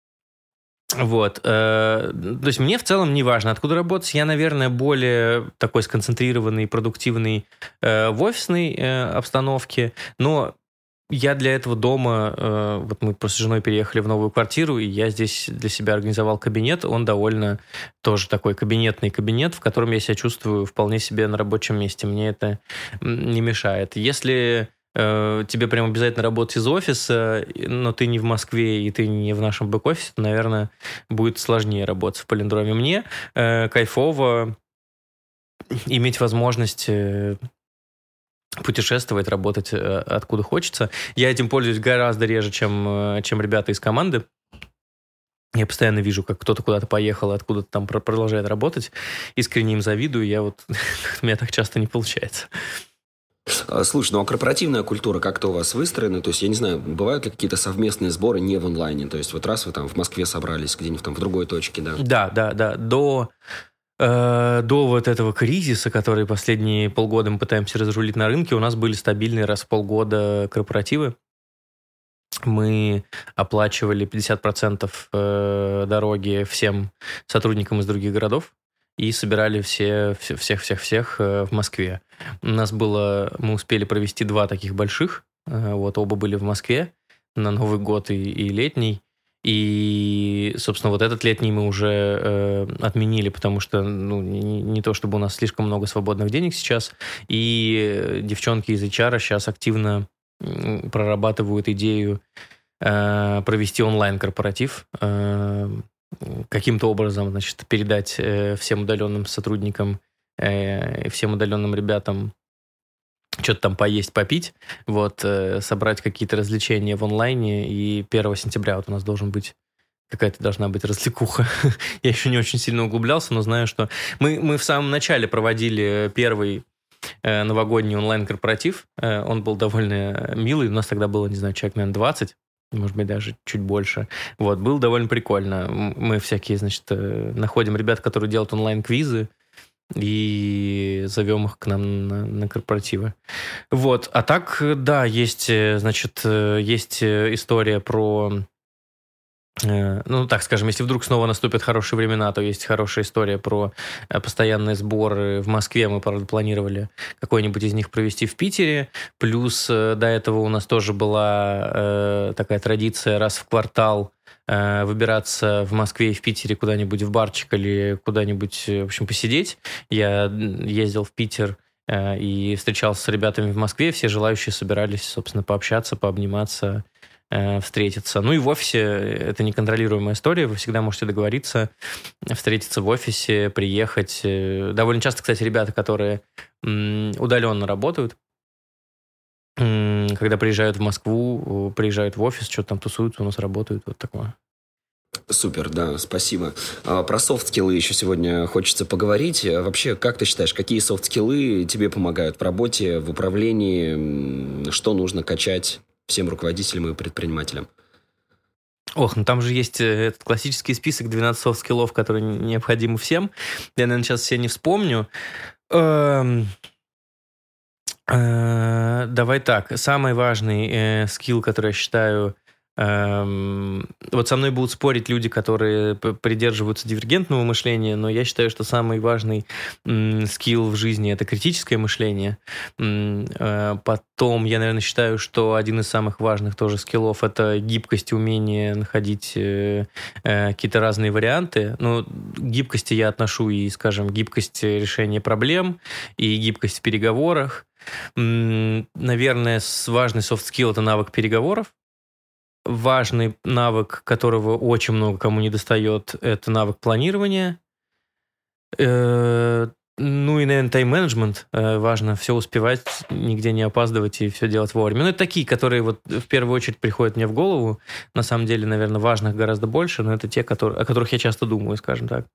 Вот, э, то есть мне в целом не важно, откуда работать. Я, наверное, более такой сконцентрированный, продуктивный э, в офисной э, обстановке, но я для этого дома, э, вот мы просто с женой переехали в новую квартиру, и я здесь для себя организовал кабинет. Он довольно тоже такой кабинетный кабинет, в котором я себя чувствую вполне себе на рабочем месте. Мне это не мешает. Если... тебе прям обязательно работать из офиса, но ты не в Москве и ты не в нашем бэк-офисе, то, наверное, будет сложнее работать в Полиндроме. Мне э, кайфово иметь возможность э, путешествовать, работать э, откуда хочется. Я этим пользуюсь гораздо реже, чем, э, чем ребята из команды. Я постоянно вижу, как кто-то куда-то поехал, откуда-то там продолжает работать. Искренне им завидую. Я вот... у меня так часто не получается. Слушай, ну а корпоративная культура как-то у вас выстроена? То есть, я не знаю, бывают ли какие-то совместные сборы не в онлайне? То есть, вот раз вы там в Москве собрались, где-нибудь там в другой точке, да? Да, да, да. До, э, до вот этого кризиса, который последние полгода мы пытаемся разрулить на рынке, у нас были стабильные раз в полгода корпоративы. Мы оплачивали пятьдесят процентов дороги всем сотрудникам из других городов и собирали все, всех-всех-всех в Москве. У нас было, мы успели провести два таких больших, вот оба были в Москве на Новый год и, и летний. И, собственно, вот этот летний мы уже э, отменили, потому что ну, не, не то чтобы у нас слишком много свободных денег сейчас. И девчонки из эйч ар сейчас активно прорабатывают идею э, провести онлайн-корпоратив, э, каким-то образом, значит, передать э, всем удаленным сотрудникам э, всем удаленным ребятам что-то там поесть, попить, вот, э, собрать какие-то развлечения в онлайне, и первого сентября вот у нас должен быть какая-то должна быть развлекуха. Я еще не очень сильно углублялся, но знаю, что мы, мы в самом начале проводили первый э, новогодний онлайн-корпоратив. Э, он был довольно милый. У нас тогда было, не знаю, человек, наверное, двадцать, может быть, даже чуть больше. Вот, было довольно прикольно. Мы всякие, значит, э, находим ребят, которые делают онлайн-квизы, и зовем их к нам на, на корпоративы. Вот. А так, да, есть, значит, есть история про... Ну, так скажем, если вдруг снова наступят хорошие времена, то есть хорошая история про постоянные сборы в Москве. Мы, правда, планировали какой-нибудь из них провести в Питере. Плюс до этого у нас тоже была э, такая традиция раз в квартал э, выбираться в Москве и в Питере куда-нибудь в барчик или куда-нибудь, в общем, посидеть. Я ездил в Питер э, и встречался с ребятами в Москве. Все желающие собирались, собственно, пообщаться, пообниматься, встретиться. Ну и в офисе это неконтролируемая история. Вы всегда можете договориться, встретиться в офисе, приехать. Довольно часто, кстати, ребята, которые удаленно работают. Когда приезжают в Москву, приезжают в офис, что-то там тусуются, у нас работают, вот такое. Супер, да, спасибо. А, про софт-скиллы еще сегодня хочется поговорить. А вообще, как ты считаешь, какие софт-скиллы тебе помогают в работе, в управлении? Что нужно качать всем руководителям и предпринимателям? Ох, ну там же есть этот классический список двенадцать софт-скиллов, которые необходимы всем. Я, наверное, сейчас все не вспомню. Эм... Э, давай так. Самый важный э, скилл, который я считаю... Эм, вот со мной будут спорить люди, которые придерживаются дивергентного мышления, но я считаю, что самый важный м, скилл в жизни – это критическое мышление. М, э, потом, я, наверное, считаю, что один из самых важных тоже скиллов – это гибкость и умение находить э, э, какие-то разные варианты. Ну, к гибкости я отношу и, скажем, гибкость решения проблем, и гибкость в переговорах. М, наверное, важный софт-скилл – это навык переговоров. Важный навык, которого очень много кому не достает, это навык планирования. Э, ну и, наверное, тайм-менеджмент. Э, важно все успевать, нигде не опаздывать и все делать вовремя. Ну, это такие, которые вот в первую очередь приходят мне в голову. На самом деле, наверное, важных гораздо больше, но это те, которые, о которых я часто думаю, скажем так.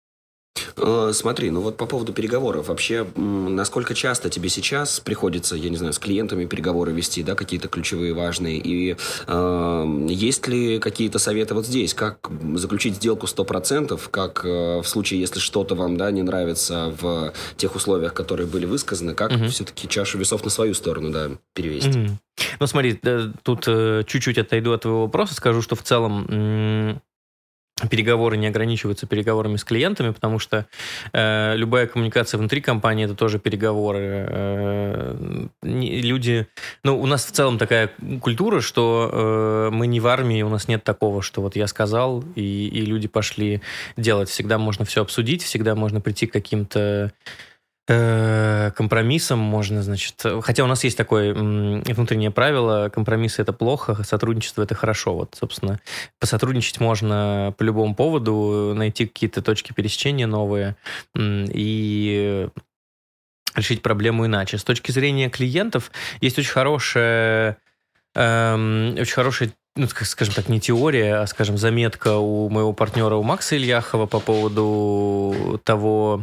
Смотри, ну вот по поводу переговоров. Вообще, насколько часто тебе сейчас приходится, я не знаю, с клиентами переговоры вести, да, какие-то ключевые, важные? И э, есть ли какие-то советы вот здесь? Как заключить сделку сто процентов? Как э, в случае, если что-то вам, да, не нравится в тех условиях, которые были высказаны, как угу. все-таки чашу весов на свою сторону, да, перевести? Угу. Ну смотри, тут чуть-чуть отойду от твоего вопроса, скажу, что в целом... переговоры не ограничиваются переговорами с клиентами, потому что э, любая коммуникация внутри компании – это тоже переговоры. Э, не, люди… Ну, у нас в целом такая культура, что э, мы не в армии, у нас нет такого, что вот я сказал, и, и люди пошли делать. Всегда можно все обсудить, всегда можно прийти к каким-то компромиссом можно, значит... Хотя у нас есть такое м, внутреннее правило, компромиссы – это плохо, сотрудничество – это хорошо. Вот, собственно, посотрудничать можно по любому поводу, найти какие-то точки пересечения новые м, и решить проблему иначе. С точки зрения клиентов есть очень хорошая... Эм, очень хорошая, ну, скажем так, не теория, а, скажем, заметка у моего партнера, у Макса Ильяхова по поводу того,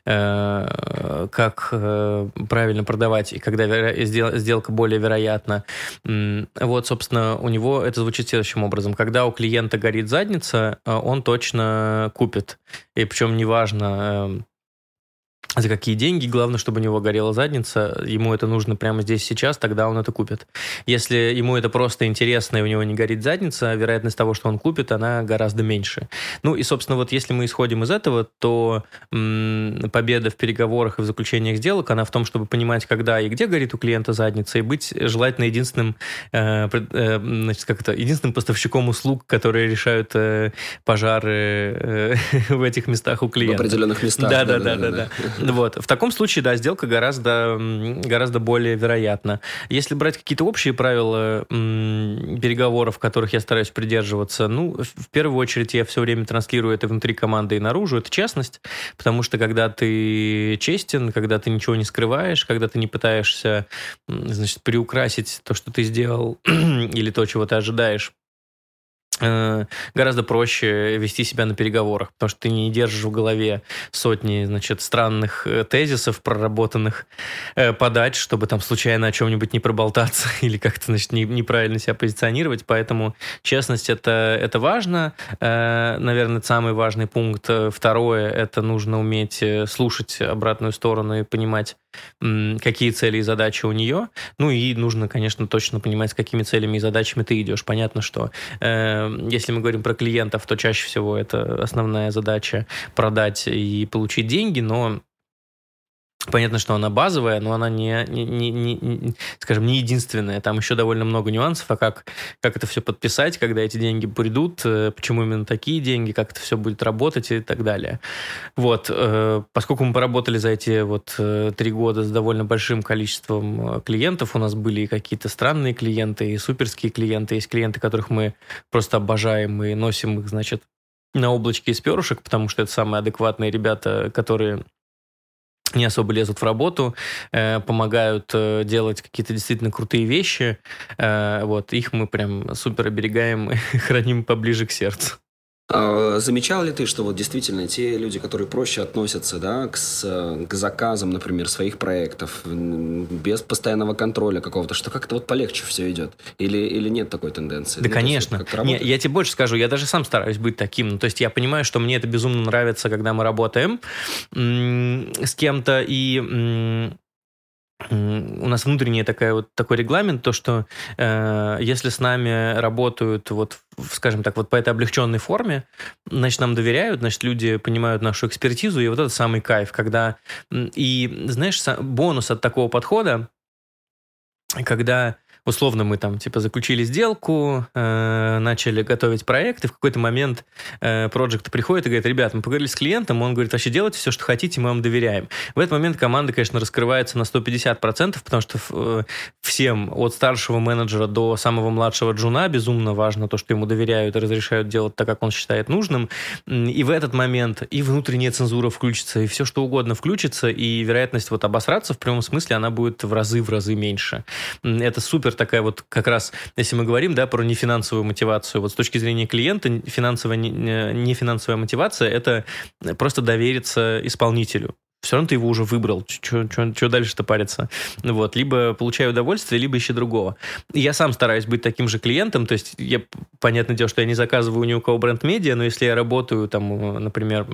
э, как э, правильно продавать и когда веро- сдел- сделка более вероятна. Вот, собственно, у него это звучит следующим образом. Когда у клиента горит задница, он точно купит. И причем неважно... Э, за какие деньги, главное, чтобы у него горела задница, ему это нужно прямо здесь сейчас, тогда он это купит. Если ему это просто интересно, и у него не горит задница, вероятность того, что он купит, она гораздо меньше. Ну и, собственно, вот если мы исходим из этого, то м- победа в переговорах и в заключениях сделок, она в том, чтобы понимать, когда и где горит у клиента задница, и быть желательно единственным, э, э, значит, как это, единственным поставщиком услуг, которые решают э, пожары э, в этих местах у клиента. В определенных местах. Да-да-да. Вот. В таком случае, да, сделка гораздо, гораздо более вероятна. Если брать какие-то общие правила м, переговоров, которых я стараюсь придерживаться, ну, в первую очередь я все время транслирую это внутри команды и наружу, это честность, потому что когда ты честен, когда ты ничего не скрываешь, когда ты не пытаешься, значит, приукрасить то, что ты сделал, или то, чего ты ожидаешь, гораздо проще вести себя на переговорах, потому что ты не держишь в голове сотни, значит, странных тезисов, проработанных, подать, чтобы там случайно о чем-нибудь не проболтаться или как-то, значит, не, неправильно себя позиционировать. Поэтому честность это, это важно. Наверное, самый важный пункт. Второе, это нужно уметь слушать обратную сторону и понимать, какие цели и задачи у нее. Ну и нужно, конечно, точно понимать, с какими целями и задачами ты идешь. Понятно, что э, если мы говорим про клиентов, то чаще всего это основная задача продать и получить деньги, но понятно, что она базовая, но она не, не, не, не, скажем, не единственная. Там еще довольно много нюансов, а как, как это все подписать, когда эти деньги придут, почему именно такие деньги, как это все будет работать и так далее. Вот. Поскольку мы поработали за эти вот три года с довольно большим количеством клиентов, у нас были и какие-то странные клиенты, и суперские клиенты, есть клиенты, которых мы просто обожаем и носим их, значит, на облачке из перышек, потому что это самые адекватные ребята, которые не особо лезут в работу, э, помогают э, делать какие-то действительно крутые вещи. Э, вот, их мы прям супер оберегаем и храним поближе к сердцу. А замечал ли ты, что вот действительно те люди, которые проще относятся, да, к, с, к заказам, например, своих проектов, без постоянного контроля какого-то, что как-то вот полегче все идет? Или, или нет такой тенденции? Да, ну, конечно. Есть, вот не, я тебе больше скажу, я даже сам стараюсь быть таким. Ну, то есть я понимаю, что мне это безумно нравится, когда мы работаем м- с кем-то, и... М- у нас внутренний такая вот, такой регламент, то, что э, если с нами работают, вот, скажем так, вот по этой облегченной форме, значит, нам доверяют, значит, люди понимают нашу экспертизу, и вот это самый кайф, когда... И, знаешь, бонус от такого подхода, когда... Условно мы там типа заключили сделку, э, начали готовить проект, и в какой-то момент э, проект приходит и говорит: ребят, мы поговорили с клиентом, он говорит: вообще делайте все, что хотите, мы вам доверяем. В этот момент команда, конечно, раскрывается на сто пятьдесят процентов, потому что э, всем от старшего менеджера до самого младшего джуна безумно важно то, что ему доверяют и разрешают делать так, как он считает нужным. И в этот момент и внутренняя цензура включится, и все, что угодно включится, и вероятность вот обосраться в прямом смысле, она будет в разы, в разы меньше. Это супер такая вот как раз, если мы говорим, да, про нефинансовую мотивацию, вот с точки зрения клиента финансовая, нефинансовая мотивация – это просто довериться исполнителю. Все равно ты его уже выбрал, что дальше-то париться? Вот. Либо получаю удовольствие, либо ищи другого. И я сам стараюсь быть таким же клиентом, то есть, я, понятное дело, что я не заказываю ни у кого бренд-медиа, но если я работаю, там, например,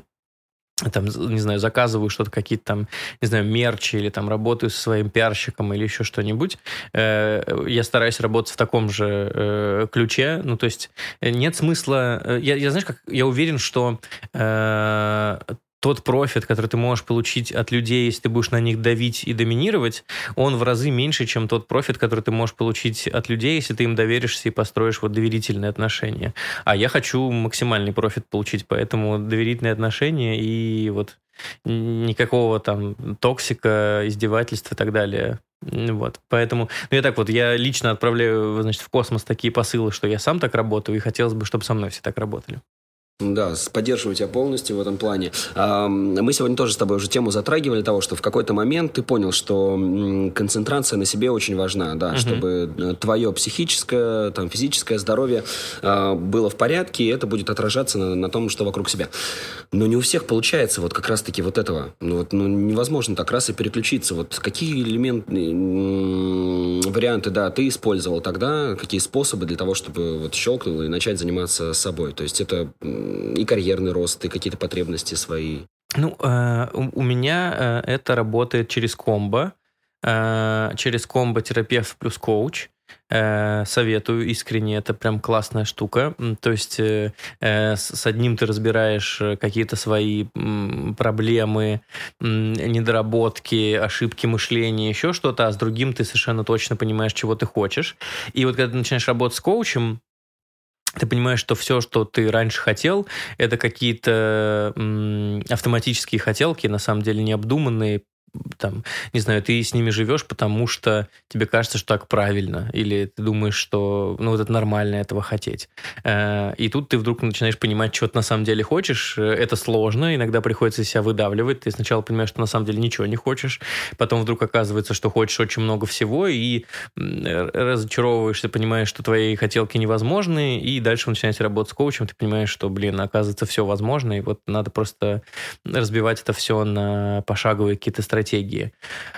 там, не знаю, заказываю что-то, какие-то там, не знаю, мерчи, или там работаю со своим пиарщиком, или еще что-нибудь, э, я стараюсь работать в таком же э, ключе. Ну, то есть нет смысла... Я, я знаешь, как я уверен, что э, тот профит, который ты можешь получить от людей, если ты будешь на них давить и доминировать, он в разы меньше, чем тот профит, который ты можешь получить от людей, если ты им доверишься и построишь вот доверительные отношения. А я хочу максимальный профит получить, поэтому доверительные отношения и вот никакого там токсика, издевательства и так далее. Вот, поэтому, ну, я так вот, я лично отправляю, значит, в космос такие посылы, что я сам так работаю, и хотелось бы, чтобы со мной все так работали. Да, поддерживаю тебя полностью в этом плане. Мы сегодня тоже с тобой уже тему затрагивали того, что в какой-то момент ты понял, что концентрация на себе очень важна, да, uh-huh. чтобы твое психическое, там, физическое здоровье было в порядке, и это будет отражаться на, на том, что вокруг себя. Но не у всех получается вот как раз-таки вот этого. Ну, вот, ну, невозможно так раз и переключиться. Вот какие элементы, варианты, да, ты использовал тогда, какие способы для того, чтобы вот щелкнул и начать заниматься собой? То есть это... и карьерный рост, и какие-то потребности свои? Ну, э, у, у меня э, это работает через комбо. Э, через комбо терапевт плюс коуч. Э, советую искренне, это прям классная штука. То есть э, э, с одним ты разбираешь какие-то свои м, проблемы, м, недоработки, ошибки мышления, еще что-то, а с другим ты совершенно точно понимаешь, чего ты хочешь. И вот когда ты начинаешь работать с коучем, ты понимаешь, что все, что ты раньше хотел, это какие-то м, автоматические хотелки, на самом деле необдуманные. Там, не знаю, ты с ними живешь, потому что тебе кажется, что так правильно, или ты думаешь, что ну вот это нормально этого хотеть. И тут ты вдруг начинаешь понимать, что ты на самом деле хочешь. Это сложно, иногда приходится себя выдавливать. Ты сначала понимаешь, что на самом деле ничего не хочешь, потом вдруг оказывается, что хочешь очень много всего, и разочаровываешься, понимаешь, что твои хотелки невозможны, и дальше вы начинаете работать с коучем, ты понимаешь, что, блин, оказывается, все возможно, и вот надо просто разбивать это все на пошаговые какие-то стратегии. стратегии.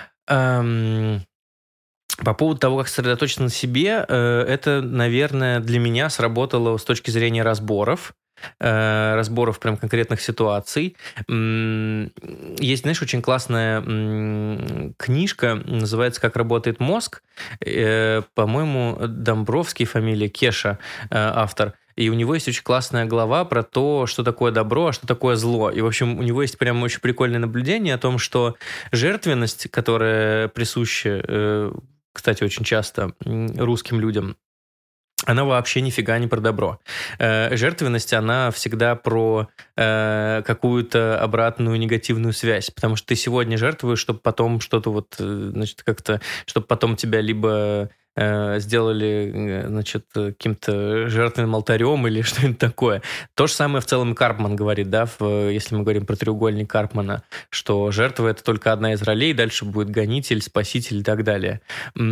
Эм, по поводу того, как сосредоточиться на себе, э, это, наверное, для меня сработало с точки зрения разборов, э, разборов прям конкретных ситуаций. М, есть, знаешь, очень классная м, книжка, называется «Как работает мозг». Э, по-моему, Домбровский, фамилия, Кеша, э, автор. И у него есть очень классная глава про то, что такое добро, а что такое зло. И, в общем, у него есть прям очень прикольное наблюдение о том, что жертвенность, которая присуща, кстати, очень часто русским людям, она вообще нифига не про добро. Э, жертвенность, она всегда про э, какую-то обратную негативную связь, потому что ты сегодня жертвуешь, чтобы потом что-то вот, значит, как-то, чтобы потом тебя либо э, сделали, значит, каким-то жертвенным алтарем или что-нибудь такое. То же самое в целом Карпман говорит, да, в, если мы говорим про треугольник Карпмана, что жертва — это только одна из ролей, дальше будет гонитель, спаситель и так далее.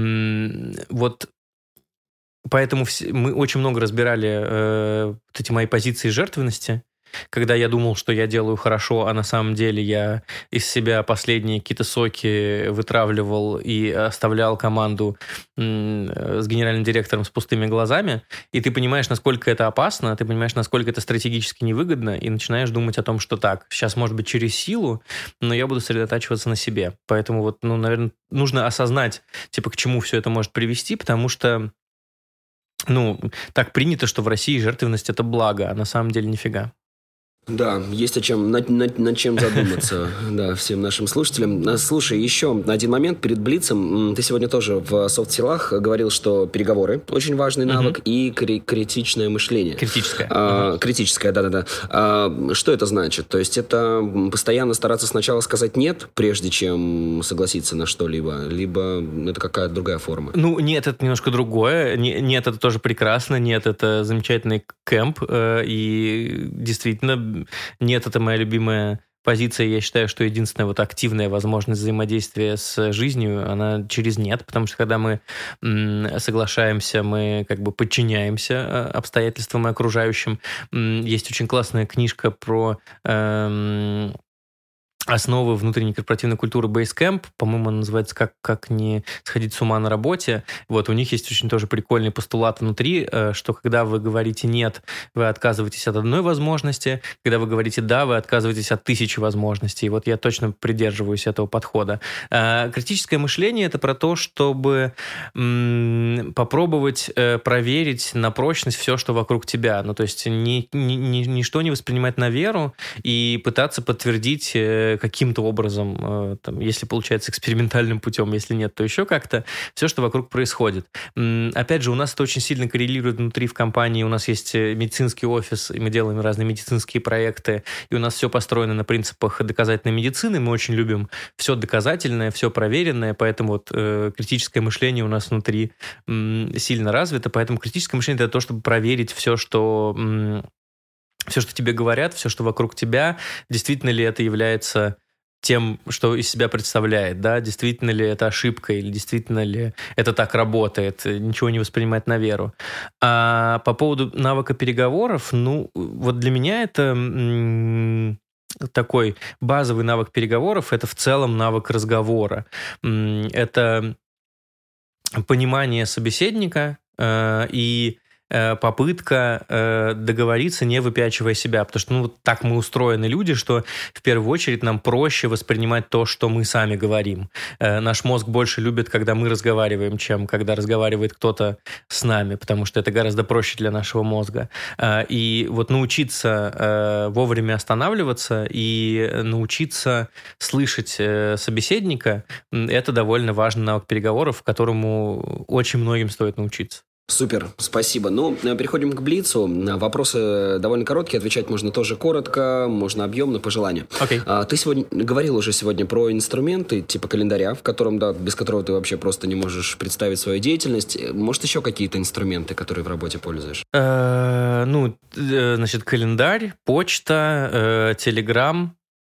М- вот поэтому вс- мы очень много разбирали э, вот эти мои позиции жертвенности, когда я думал, что я делаю хорошо, а на самом деле я из себя последние какие-то соки вытравливал и оставлял команду с генеральным директором с пустыми глазами, и ты понимаешь, насколько это опасно, ты понимаешь, насколько это стратегически невыгодно, и начинаешь думать о том, что так, сейчас, может быть, через силу, но я буду сосредотачиваться на себе. Поэтому вот, ну, наверное, нужно осознать, типа, к чему все это может привести, потому что, ну, так принято, что в России жертвенность — это благо, а на самом деле нифига. Да, есть о чем, над, над, над чем задуматься, да, всем нашим слушателям. Слушай, еще один момент перед Блицем. Ты сегодня тоже в софт-скиллах говорил, что переговоры очень важный навык, uh-huh. и кри- критичное мышление. Критическое. А, uh-huh. Критическое, да-да-да. А, что это значит? То есть это постоянно стараться сначала сказать «нет», прежде чем согласиться на что-либо, либо это какая-то другая форма? Ну, нет, это немножко другое. Нет, это тоже прекрасно. Нет, это замечательный кэмп. И действительно, нет, это моя любимая позиция. Я считаю, что единственная вот активная возможность взаимодействия с жизнью, она через «нет», потому что когда мы м, соглашаемся, мы как бы подчиняемся обстоятельствам и окружающим. М, есть очень классная книжка про... Эм, основы внутренней корпоративной культуры Basecamp, по-моему, она называется «Как, как не сходить с ума на работе». Вот, у них есть очень тоже прикольный постулат внутри, что когда вы говорите «нет», вы отказываетесь от одной возможности, когда вы говорите «да», вы отказываетесь от тысячи возможностей. И вот я точно придерживаюсь этого подхода. Критическое мышление — это про то, чтобы м, попробовать проверить на прочность все, что вокруг тебя. Ну, то есть ни, ни, ни, ничто не воспринимать на веру и пытаться подтвердить каким-то образом, там, если получается экспериментальным путем, если нет, то еще как-то, все, что вокруг происходит. Опять же, у нас это очень сильно коррелирует внутри в компании, у нас есть медицинский офис, и мы делаем разные медицинские проекты, и у нас все построено на принципах доказательной медицины, мы очень любим все доказательное, все проверенное, поэтому вот э, критическое мышление у нас внутри м, сильно развито, поэтому критическое мышление — это то, чтобы проверить все, что... М, все, что тебе говорят, все, что вокруг тебя, действительно ли это является тем, что из себя представляет, да, действительно ли это ошибка или действительно ли это так работает, ничего не воспринимать на веру. А по поводу навыка переговоров, ну, вот для меня это м- такой базовый навык переговоров, это в целом навык разговора. М- это понимание собеседника э- и попытка э, договориться, не выпячивая себя. Потому что ну, вот так мы устроены люди, что в первую очередь нам проще воспринимать то, что мы сами говорим. Э, наш мозг больше любит, когда мы разговариваем, чем когда разговаривает кто-то с нами, потому что это гораздо проще для нашего мозга. Э, и вот научиться э, вовремя останавливаться и научиться слышать э, собеседника, это довольно важный навык переговоров, которому очень многим стоит научиться. Супер, спасибо. Ну, переходим к Блицу. Вопросы довольно короткие, отвечать можно тоже коротко, можно объемно, по желанию. Okay. А, ты сегодня говорил уже сегодня про инструменты типа календаря, в котором, да, без которого ты вообще просто не можешь представить свою деятельность. Может, еще какие-то инструменты, которые в работе пользуешь? Uh, ну, значит, календарь, почта, Telegram,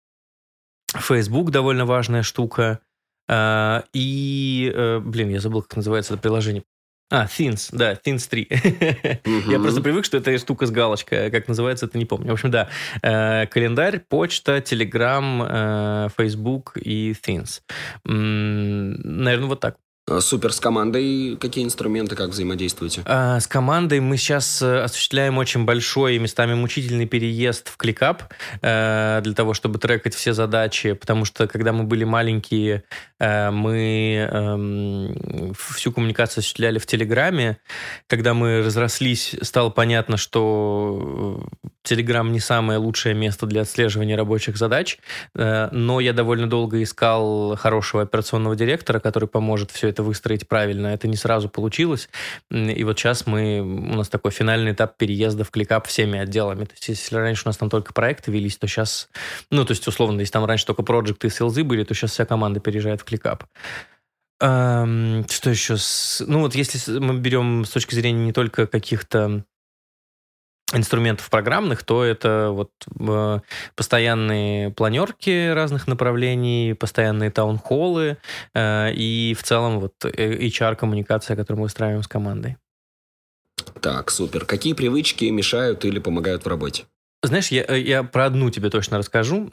Facebook довольно важная штука. Uh, и, uh, блин, я забыл, как называется это приложение. А, Things, да, Things три. Uh-huh. Я просто привык, что это штука с галочкой. Как называется, это не помню. В общем, да. Э, календарь, почта, Telegram, э, Facebook и Things. М-м, наверное, вот так. Супер. С командой какие инструменты, как взаимодействуете? А, с командой мы сейчас осуществляем очень большой и местами мучительный переезд в ClickUp э, для того, чтобы трекать все задачи, потому что, когда мы были маленькие, э, мы э, всю коммуникацию осуществляли в Телеграме. Когда мы разрослись, стало понятно, что Телеграм не самое лучшее место для отслеживания рабочих задач, э, но я довольно долго искал хорошего операционного директора, который поможет все это выстроить правильно. Это не сразу получилось. И вот сейчас мы, у нас такой финальный этап переезда в ClickUp всеми отделами. То есть, если раньше у нас там только проекты велись, то сейчас, ну, то есть, условно, если там раньше только проекты и селзы были, то сейчас вся команда переезжает в ClickUp. эм, что еще? С, ну вот если мы берем с точки зрения не только каких-то инструментов программных, то это вот э, постоянные планерки разных направлений, постоянные таунхоллы э, и в целом вот эйч ар-коммуникация, которую мы устраиваем с командой. Так, супер. Какие привычки мешают или помогают в работе? Знаешь, я, я про одну тебе точно расскажу.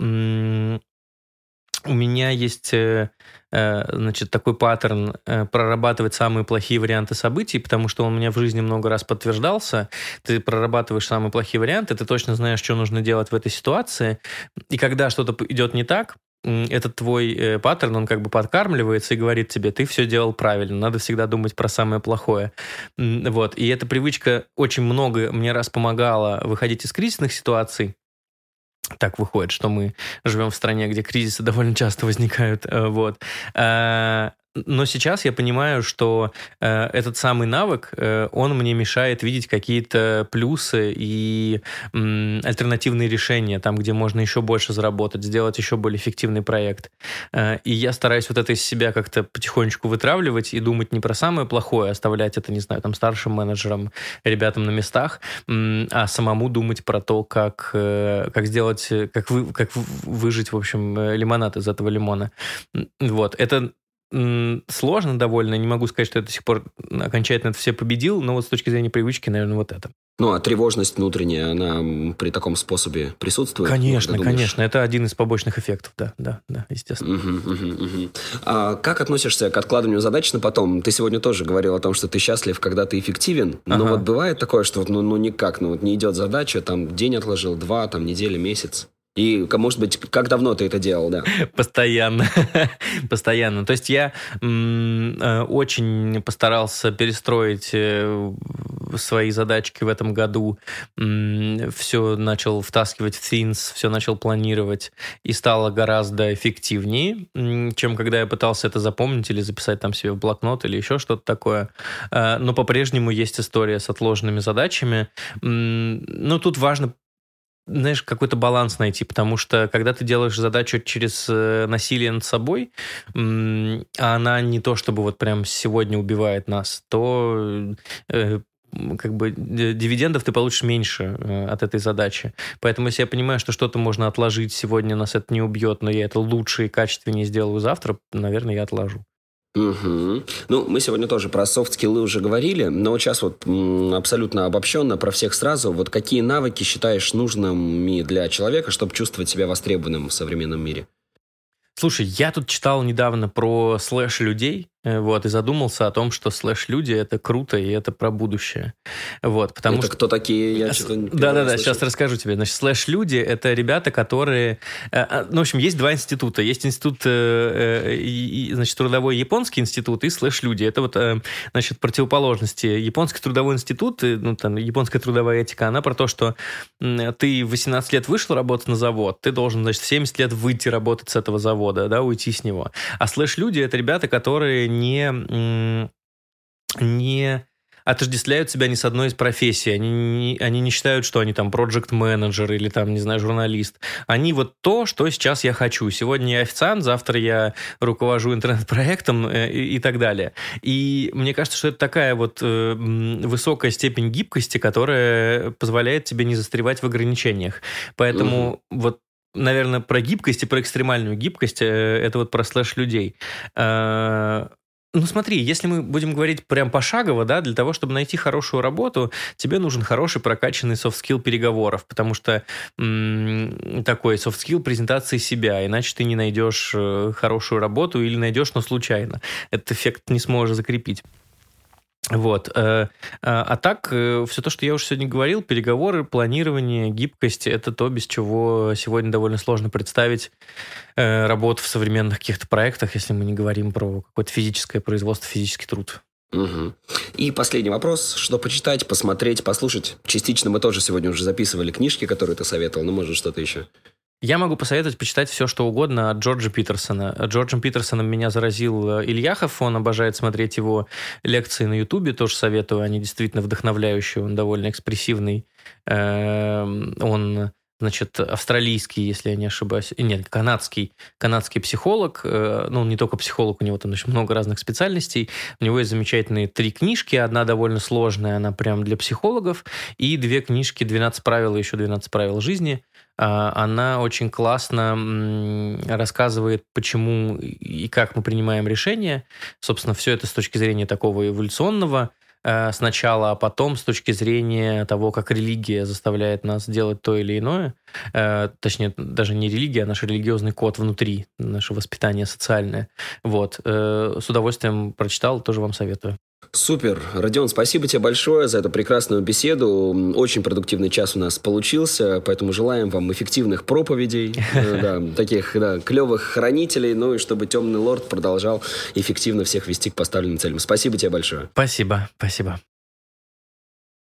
У меня есть, значит, такой паттерн прорабатывать самые плохие варианты событий, потому что он у меня в жизни много раз подтверждался. Ты прорабатываешь самые плохие варианты, ты точно знаешь, что нужно делать в этой ситуации. И когда что-то идет не так, этот твой паттерн, он как бы подкармливается и говорит тебе, ты все делал правильно, надо всегда думать про самое плохое. Вот. И эта привычка очень много мне раз помогала выходить из кризисных ситуаций. Так выходит, что мы живем в стране, где кризисы довольно часто возникают. Вот. Но сейчас я понимаю, что э, этот самый навык, э, он мне мешает видеть какие-то плюсы и м, альтернативные решения, там, где можно еще больше заработать, сделать еще более эффективный проект. Э, и я стараюсь вот это из себя как-то потихонечку вытравливать и думать не про самое плохое, оставлять это, не знаю, там, старшим менеджерам, ребятам на местах, м, а самому думать про то, как, э, как сделать, как, вы, как выжать, в общем, лимонад из этого лимона. Вот. Это сложно довольно, не могу сказать, что я до сих пор окончательно это все победил, но вот с точки зрения привычки, наверное, вот это. Ну, а тревожность внутренняя, она при таком способе присутствует? Конечно, конечно, это один из побочных эффектов, да, да, да, естественно. Угу, угу, угу. А как относишься к откладыванию задач на потом? Ты сегодня тоже говорил о том, что ты счастлив, когда ты эффективен, но ага. вот бывает такое, что ну, ну никак, ну вот не идет задача, там день отложил, два, там неделя, месяц. И, может быть, как давно ты это делал, да? Постоянно. Постоянно. То есть я м, очень постарался перестроить свои задачки в этом году. М, все начал втаскивать в Things, все начал планировать. И стало гораздо эффективнее, чем когда я пытался это запомнить или записать там себе в блокнот или еще что-то такое. Но по-прежнему есть история с отложенными задачами. Но тут важно, знаешь, какой-то баланс найти, потому что когда ты делаешь задачу через насилие над собой, а она не то чтобы вот прям сегодня убивает нас, то э, как бы дивидендов ты получишь меньше от этой задачи. Поэтому если я понимаю, что что-то можно отложить сегодня, нас это не убьет, но я это лучше и качественнее сделаю завтра, наверное, я отложу. Угу. Ну, мы сегодня тоже про софт-скиллы уже говорили, но вот сейчас вот м, абсолютно обобщенно про всех сразу. Вот какие навыки считаешь нужными для человека, чтобы чувствовать себя востребованным в современном мире? Слушай, я тут читал недавно про слэш-людей, вот, и задумался о том, что слэш-люди — это круто, и это про будущее. Вот, потому это что... кто такие? Я что-то не Да-да-да, сейчас расскажу тебе. Значит, слэш-люди — это ребята, которые... Ну, в общем, есть два института. Есть институт, значит, трудовой японский институт и слэш-люди. Это вот, значит, противоположности. Японский трудовой институт, ну, там, японская трудовая этика, она про то, что ты в восемнадцать лет вышел работать на завод, ты должен, значит, в семьдесят лет выйти работать с этого завода, да, уйти с него. А слэш-люди — это ребята, которые не, не отождествляют себя ни с одной из профессий. Они не, они не считают, что они там проект-менеджер или там, не знаю, журналист. Они вот то, что сейчас я хочу. Сегодня я официант, завтра я руковожу интернет-проектом и, и так далее. И мне кажется, что это такая вот э, высокая степень гибкости, которая позволяет тебе не застревать в ограничениях. Поэтому угу. вот наверное, про гибкость и про экстремальную гибкость, это вот про слэш-людей. Ну, смотри, если мы будем говорить прям пошагово, да, для того, чтобы найти хорошую работу, тебе нужен хороший прокачанный софт-скилл переговоров, потому что м- такой софт-скилл презентации себя, иначе ты не найдешь хорошую работу или найдешь, но случайно. Этот эффект не сможешь закрепить. Вот. А так, все то, что я уже сегодня говорил, переговоры, планирование, гибкость, это то, без чего сегодня довольно сложно представить работу в современных каких-то проектах, если мы не говорим про какое-то физическое производство, физический труд. Угу. И последний вопрос. Что почитать, посмотреть, послушать? Частично мы тоже сегодня уже записывали книжки, которые ты советовал, но может что-то еще? Я могу посоветовать почитать все, что угодно от Джорджа Питерсона. Джорджем Питерсоном меня заразил Ильяхов, он обожает смотреть его лекции на Ютубе, тоже советую, они действительно вдохновляющие, он довольно экспрессивный. Он значит, австралийский, если я не ошибаюсь, нет, канадский, канадский психолог, ну, не только психолог, у него там очень много разных специальностей, у него есть замечательные три книжки, одна довольно сложная, она прям для психологов, и две книжки «двенадцать правил» и еще «двенадцать правил жизни». Она очень классно рассказывает, почему и как мы принимаем решения, собственно, все это с точки зрения такого эволюционного, сначала, а потом с точки зрения того, как религия заставляет нас делать то или иное. Точнее, даже не религия, а наш религиозный код внутри, наше воспитание социальное. Вот. С удовольствием прочитал, тоже вам советую. Супер. Родион, спасибо тебе большое за эту прекрасную беседу. Очень продуктивный час у нас получился, поэтому желаем вам эффективных проповедей, таких клевых хранителей, ну и чтобы Темный Лорд продолжал эффективно всех вести к поставленным целям. Спасибо тебе большое. Спасибо, спасибо.